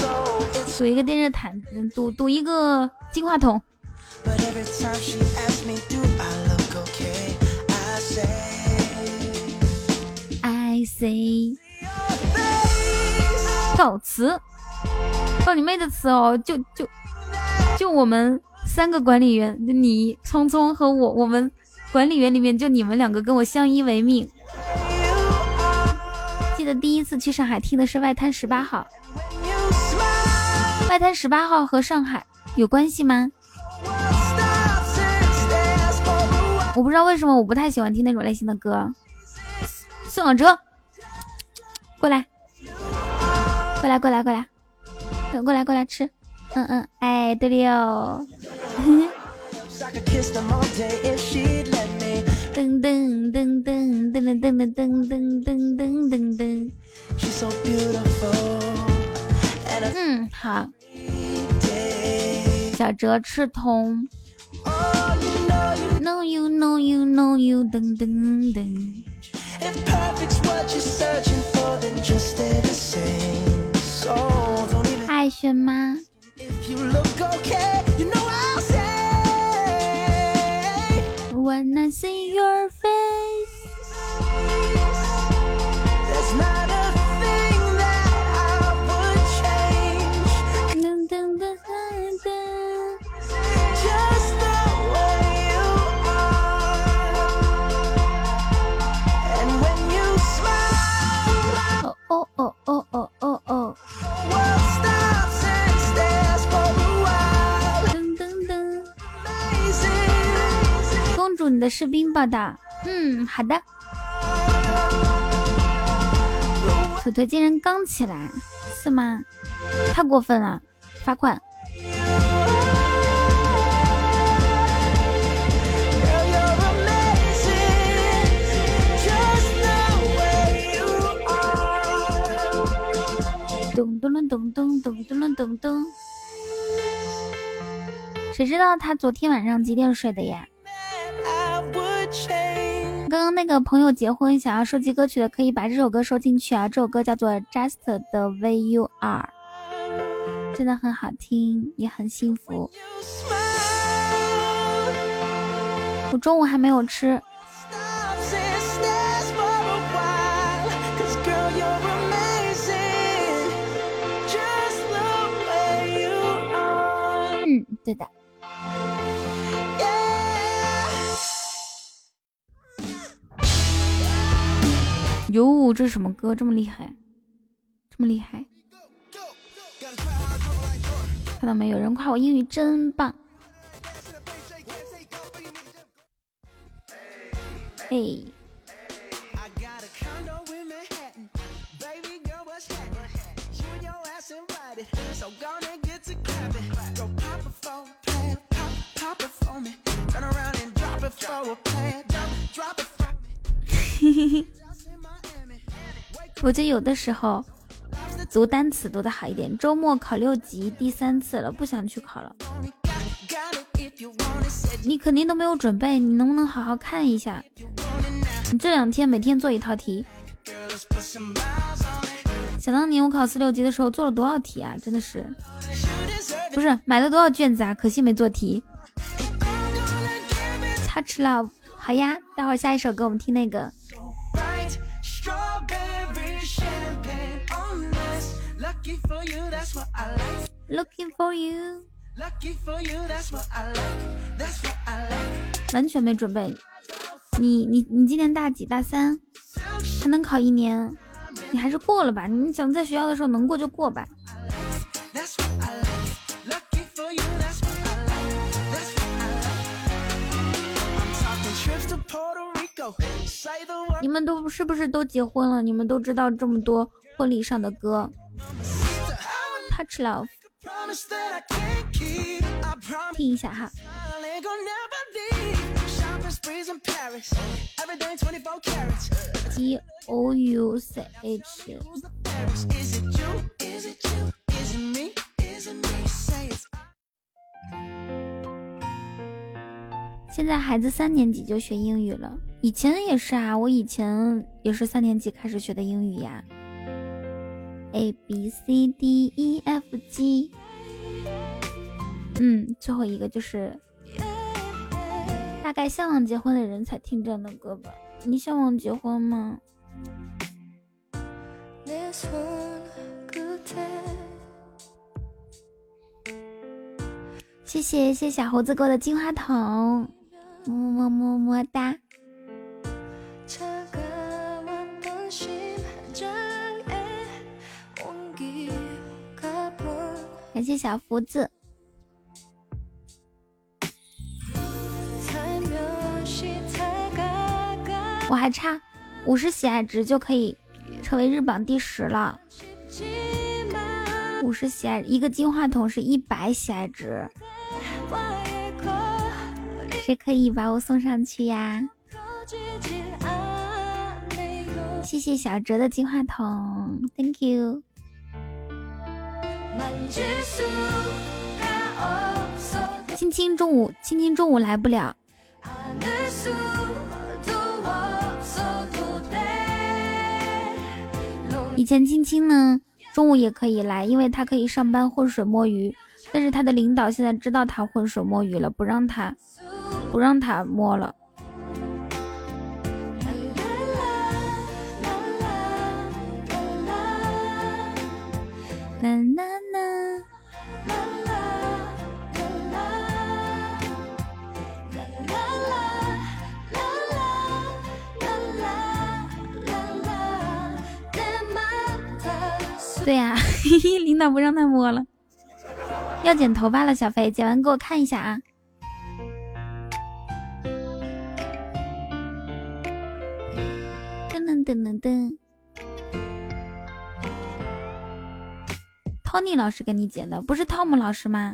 赌一个电热毯，赌一个金话筒。I say 告辞，告你妹的辞哦！就我们3个管理员，你聪聪和我们管理员里面就你们2个跟我相依为命。记得第一次去上海听的是外滩18号，外滩18号和上海有关系吗？我不知道为什么我不太喜欢听那种类型的歌。宋小哲，过来吃。哎，对了哟。噔噔噔噔噔噔噔噔噔噔噔噔噔。好。小哲赤瞳。No you no you no you 噔噔噔。海选吗？When I see your face, there's not a thing that I would change. Dun, dun, dun, dun, dun. Just the way you are. And when you smile, oh, oh, oh, oh, oh, oh. World stops and stares for a while. Dun, dun, dun. Amazing. 公主，你的士兵报道。好的。腿腿竟然刚起来，是吗？太过分了，罚款。咚咚咚咚咚咚咚咚咚。谁知道他昨天晚上几点睡的呀？刚刚那个朋友结婚想要收集歌曲的，可以把这首歌收进去啊！这首歌叫做 Just the Way You Are， 真的很好听，也很幸福。我中午还没有吃。对的。哟，这是什么歌？这么厉害，这么厉害！看到没有？有人夸我英语真棒。哎。我觉得有的时候读单词读得好一点，周末考6级第3次了，不想去考了。你肯定都没有准备，你能不能好好看一下？你这2天每天做一套题。想当年我考4、6级的时候做了多少题啊，真的是，不是买了多少卷子啊，可惜没做题。Touch Love， 好呀，待会儿下一首歌我们听那个。Looking for you， 完全没准备。你今年大几？大3，还能考1年，你还是过了吧。你想在学校的时候能过就过吧。你们都是不是都结婚了？你们都知道这么多婚礼上的歌。Touch Love， 听一下哈。DOUCH。现在孩子3年级就学英语了，以前也是啊，我以前也是3年级开始学的英语呀。 A B C D E F G。最后一个就是大概向往结婚的人才听这样的歌吧。你向往结婚吗？谢谢小猴子给我的金话筒，么么么哒。感谢小福子。我还差50喜爱值就可以成为日榜第10了。50喜爱，一个金话筒是100喜爱值，谁可以把我送上去呀？谢谢小哲的金话筒 ，Thank you。青青中午来不了。以前青青呢中午也可以来，因为他可以上班浑水摸鱼，但是他的领导现在知道他浑水摸鱼了，不让他摸了。啦啦啦对呀、领导不让他摸了。要剪头发了，小飞，剪完给我看一下啊。噔噔噔噔噔。Tony 老师给你剪的，不是 Tom 老师吗？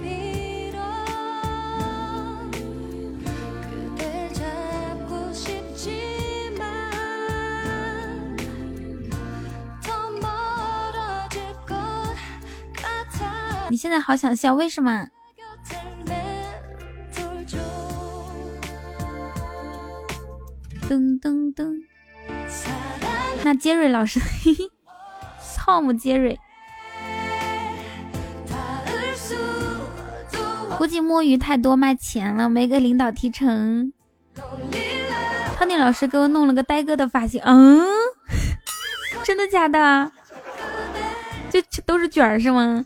你现在好想笑，为什么？噔噔噔。那杰瑞老师，Tom 杰瑞。估计摸鱼太多卖钱了，没给领导提成。Tony 老师给我弄了个呆哥的发型，真的假的？就都是卷儿是吗？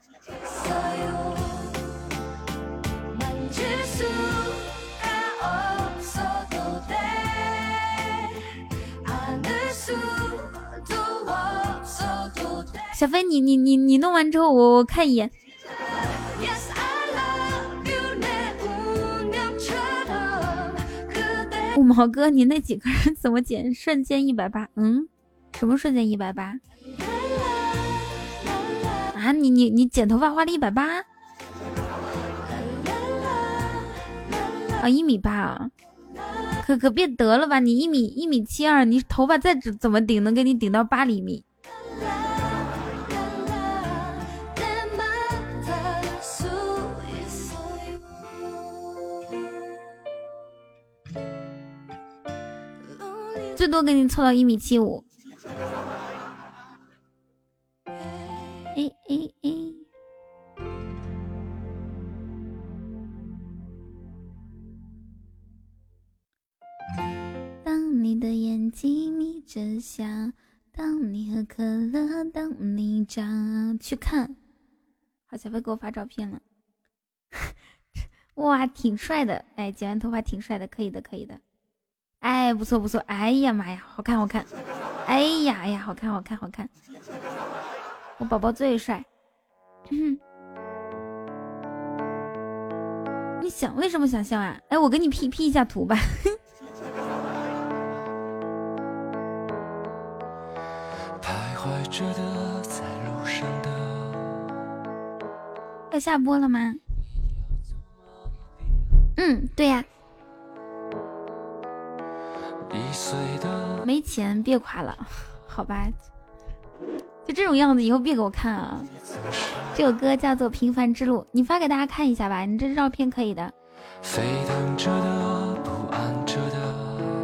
小飞，你弄完之后我看一眼。五毛哥，你那几根怎么剪？瞬间180？什么瞬间180？啊，你剪头发花了180？啊，1.8米啊！可别得了吧，你1.72米，你头发再怎么顶，能给你顶到8厘米。最多给你凑到1.75米。当你的眼睛眯着笑，当你喝可乐，当你找去看。好，小飞给我发照片了。哇，挺帅的，哎，剪完头发挺帅的，可以的，可以的。哎，不错不错，哎呀妈呀，好看好看，哎呀，好看好看好看，我宝宝最帅。你想为什么想笑啊？哎，我给你 P 一下图吧。要下播了吗？对呀。没钱别夸了，好吧，就这种样子以后别给我看啊。这首歌叫做《平凡之路》，你发给大家看一下吧，你这照片可以的。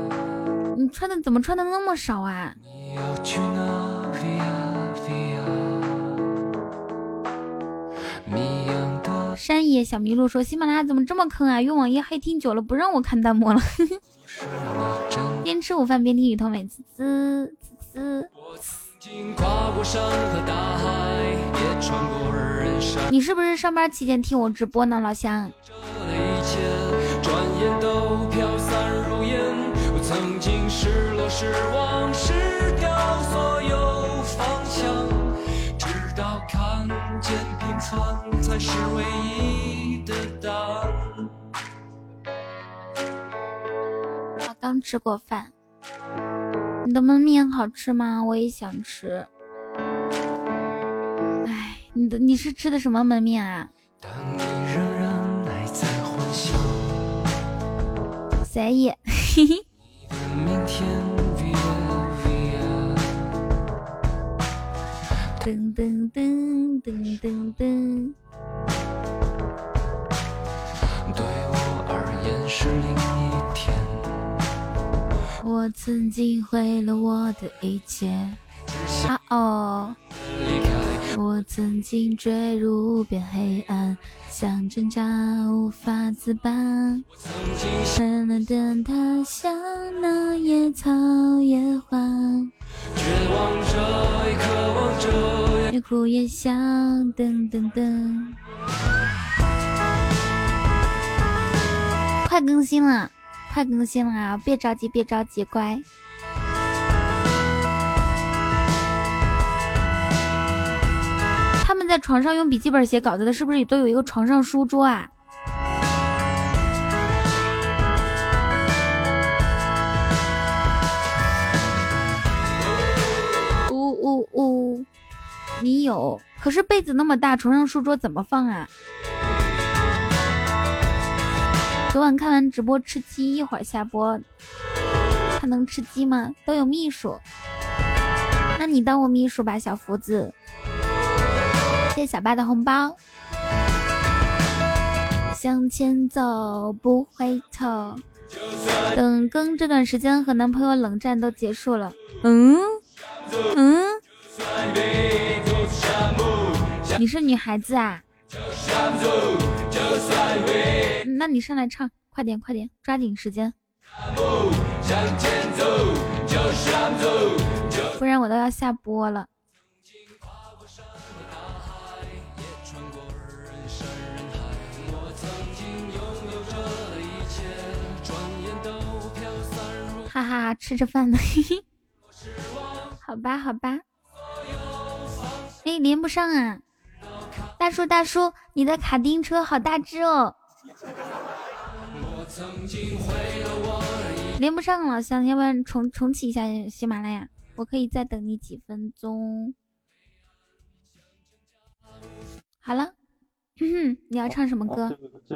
你穿的怎么穿的那么少啊？ 夜小麋鹿说喜马拉雅怎么这么坑啊，用网页黑听久了不让我看弹幕了。边吃午饭边听雨桐美滋滋滋滋。你是不是上班期间听我直播呢，老乡？转眼都飘散如烟，我曾经失落失望失掉所有方向，直到看见平凡才是唯一的答案。我刚吃过饭，你的焖面好吃吗？我也想吃。哎，你是吃的什么焖面啊？谁也噔噔噔噔噔噔，对我而言是另一天。我曾经毁了我的一切，啊哦，我曾经坠入无边黑暗，想挣扎无法自拔，冷冷的他像那野草野花，绝望着也渴望着，也哭也笑，噔噔噔。快更新了，快更新了啊！别着急，别着急，乖。他们在床上用笔记本写稿子的，是不是都有一个床上书桌啊？呜呜呜！你有，可是被子那么大，床上书桌怎么放啊？昨晚看完直播吃鸡，一会儿下播，他能吃鸡吗？都有秘书，那你当我秘书吧，小福子。谢谢小八的红包。向前走，不回头。等更这段时间和男朋友冷战都结束了。你是女孩子啊？那你上来唱，快点快点，抓紧时间，不然我都要下播了。哈哈，吃着饭呢。好吧好吧。哎，连不上啊。大叔大叔，你的卡丁车好大只哦。连不上了，想要不然重启一下喜马拉雅，我可以再等你几分钟。好了，你要唱什么歌？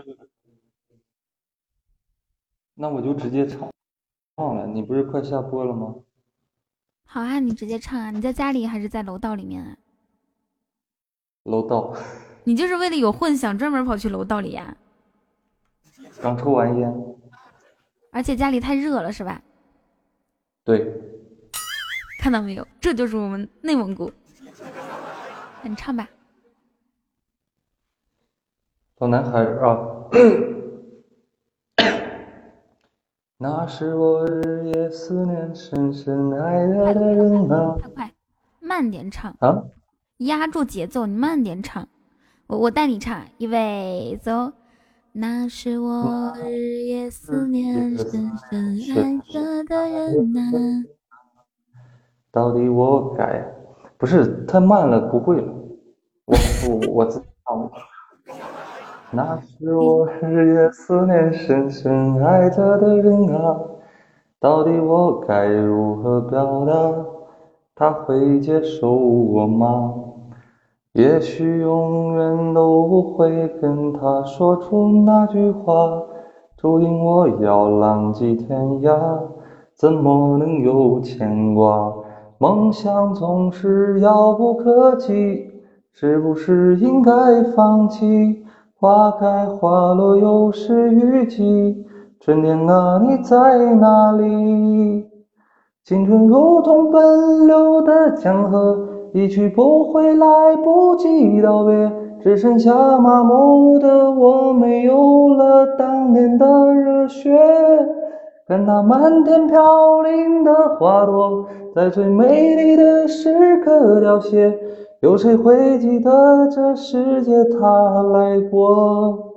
那我就直接唱了。你不是快下播了吗？ 好啊，你直接唱啊！你在家里还是在楼道里面啊？ 楼道。 你就是为了有混响专门跑去楼道里呀？ 刚抽完烟。 而且家里太热了是吧？ 对。 看到没有，这就是我们内蒙古。那你唱吧。 老男孩啊。那是我日夜思念深深爱着的人啊。 快慢点唱啊， 压住节奏，你慢点唱。我带你唱，一位走。那是我日夜思念深深爱着的人啊。 到底我该不是太慢了，不会了。我自己唱。那是我日夜思念深深爱着的人啊，到底我该如何表达？他会接受我吗？也许永远都不会跟他说出那句话，注定我要浪迹天涯，怎么能有牵挂？梦想总是遥不可及，是不是应该放弃？花开花落又是雨季，春天啊你在哪里？青春如同奔流的江河， 一去不回，来不及道别，只剩下麻木的我，没有了当年的热血。看那漫天飘零的花朵，在最美丽的时刻凋谢，有谁会记得这世界它来过？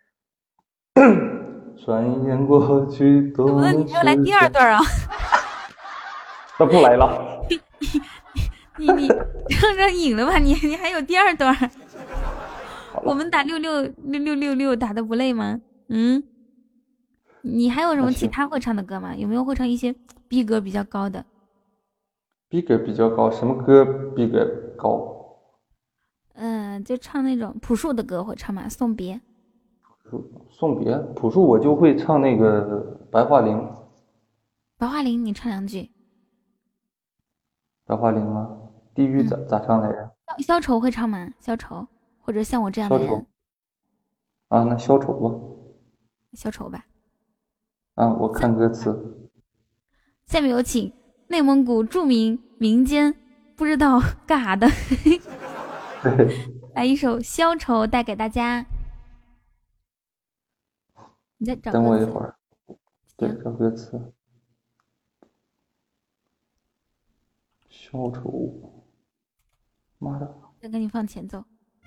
转眼过去多怎么了？你没有来第二段啊？ 那不来了。 你让人赢了吧？你还有第二段？我们打66666打的不累吗？嗯，你还有什么其他会唱的歌吗？有没有会唱一些逼格比较高的？ 逼格比较高，什么歌逼格高？ 就唱那种朴树的歌会唱吗？送别。 送别朴树我就会唱那个白桦林。 白桦林你唱两句。 白桦林吗？地狱咋唱来着？ 消愁会唱吗？消愁或者像我这样的人啊，那消愁吧。 消愁吧。 啊，我看歌词。 下面有请内蒙古著名民间不知道干啥的来一首消愁带给大家。你再找歌词。 等我一会儿。对，找歌词。消愁。妈的！ 再给你放前奏。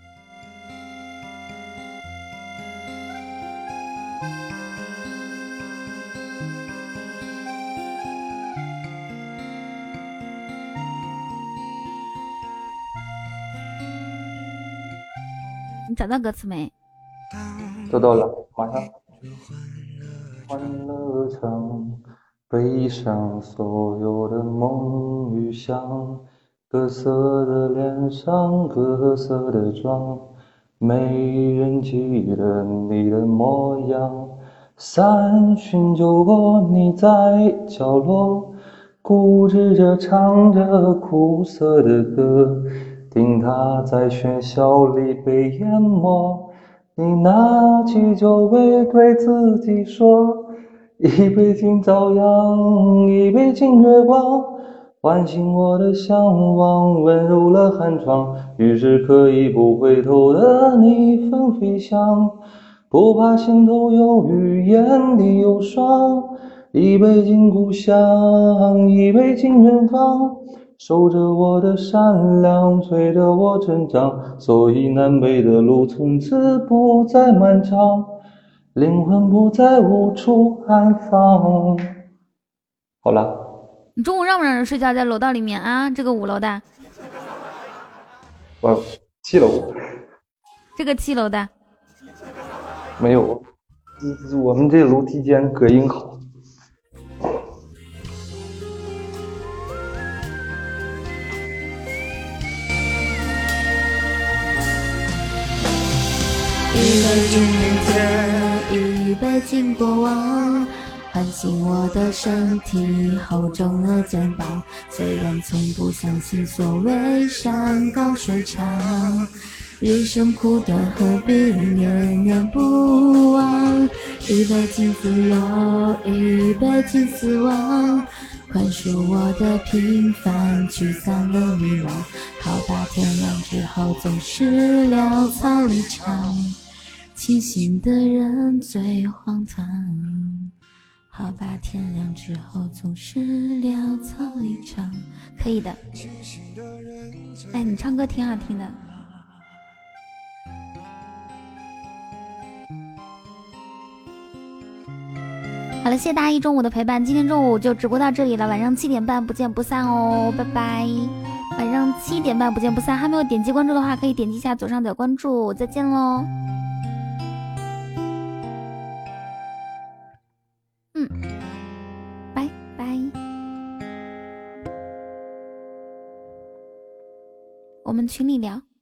你找到歌词没？ 找到了，马上。欢乐场，悲伤所有的梦与想，各色的脸上，各色的妆，没人记得你的模样。三巡酒过，你在角落，固执着唱着苦涩的歌，听它在喧嚣里被淹没。你拿起酒杯对自己说，一杯敬朝阳，一杯敬月光，唤醒我的向往，温柔了寒窗，于是可以不回头的逆风飞翔，不怕心头有雨，眼里有霜，一杯敬故乡，一杯敬远方，守着我的善良，催着我成长，所以南北的路从此不再漫长，灵魂不再无处安放。好了。 你中午让不让人睡觉在楼道里面啊？这个5楼的。 7楼。 这个7楼的。 没有，我们这楼梯间隔音好。 一杯敬明天，一杯敬过往，唤醒我的身体，厚重了肩膀。虽然从不相信所谓山高水长，人生苦短，何必念念不忘？一杯敬自由，一杯敬死亡，宽恕我的平凡，驱散了迷惘。好吧，天亮之后总是潦草离场，清醒的人最荒唐。好吧，天亮之后总是潦草离场。 可以的。哎，你唱歌挺好听的。好了，谢谢大家一中午的陪伴，今天中午就直播到这里了，晚上7点半不见不散哦，拜拜。晚上7点半不见不散，还没有点击关注的话，可以点击一下左上角关注，再见喽。拜拜。我们群里聊。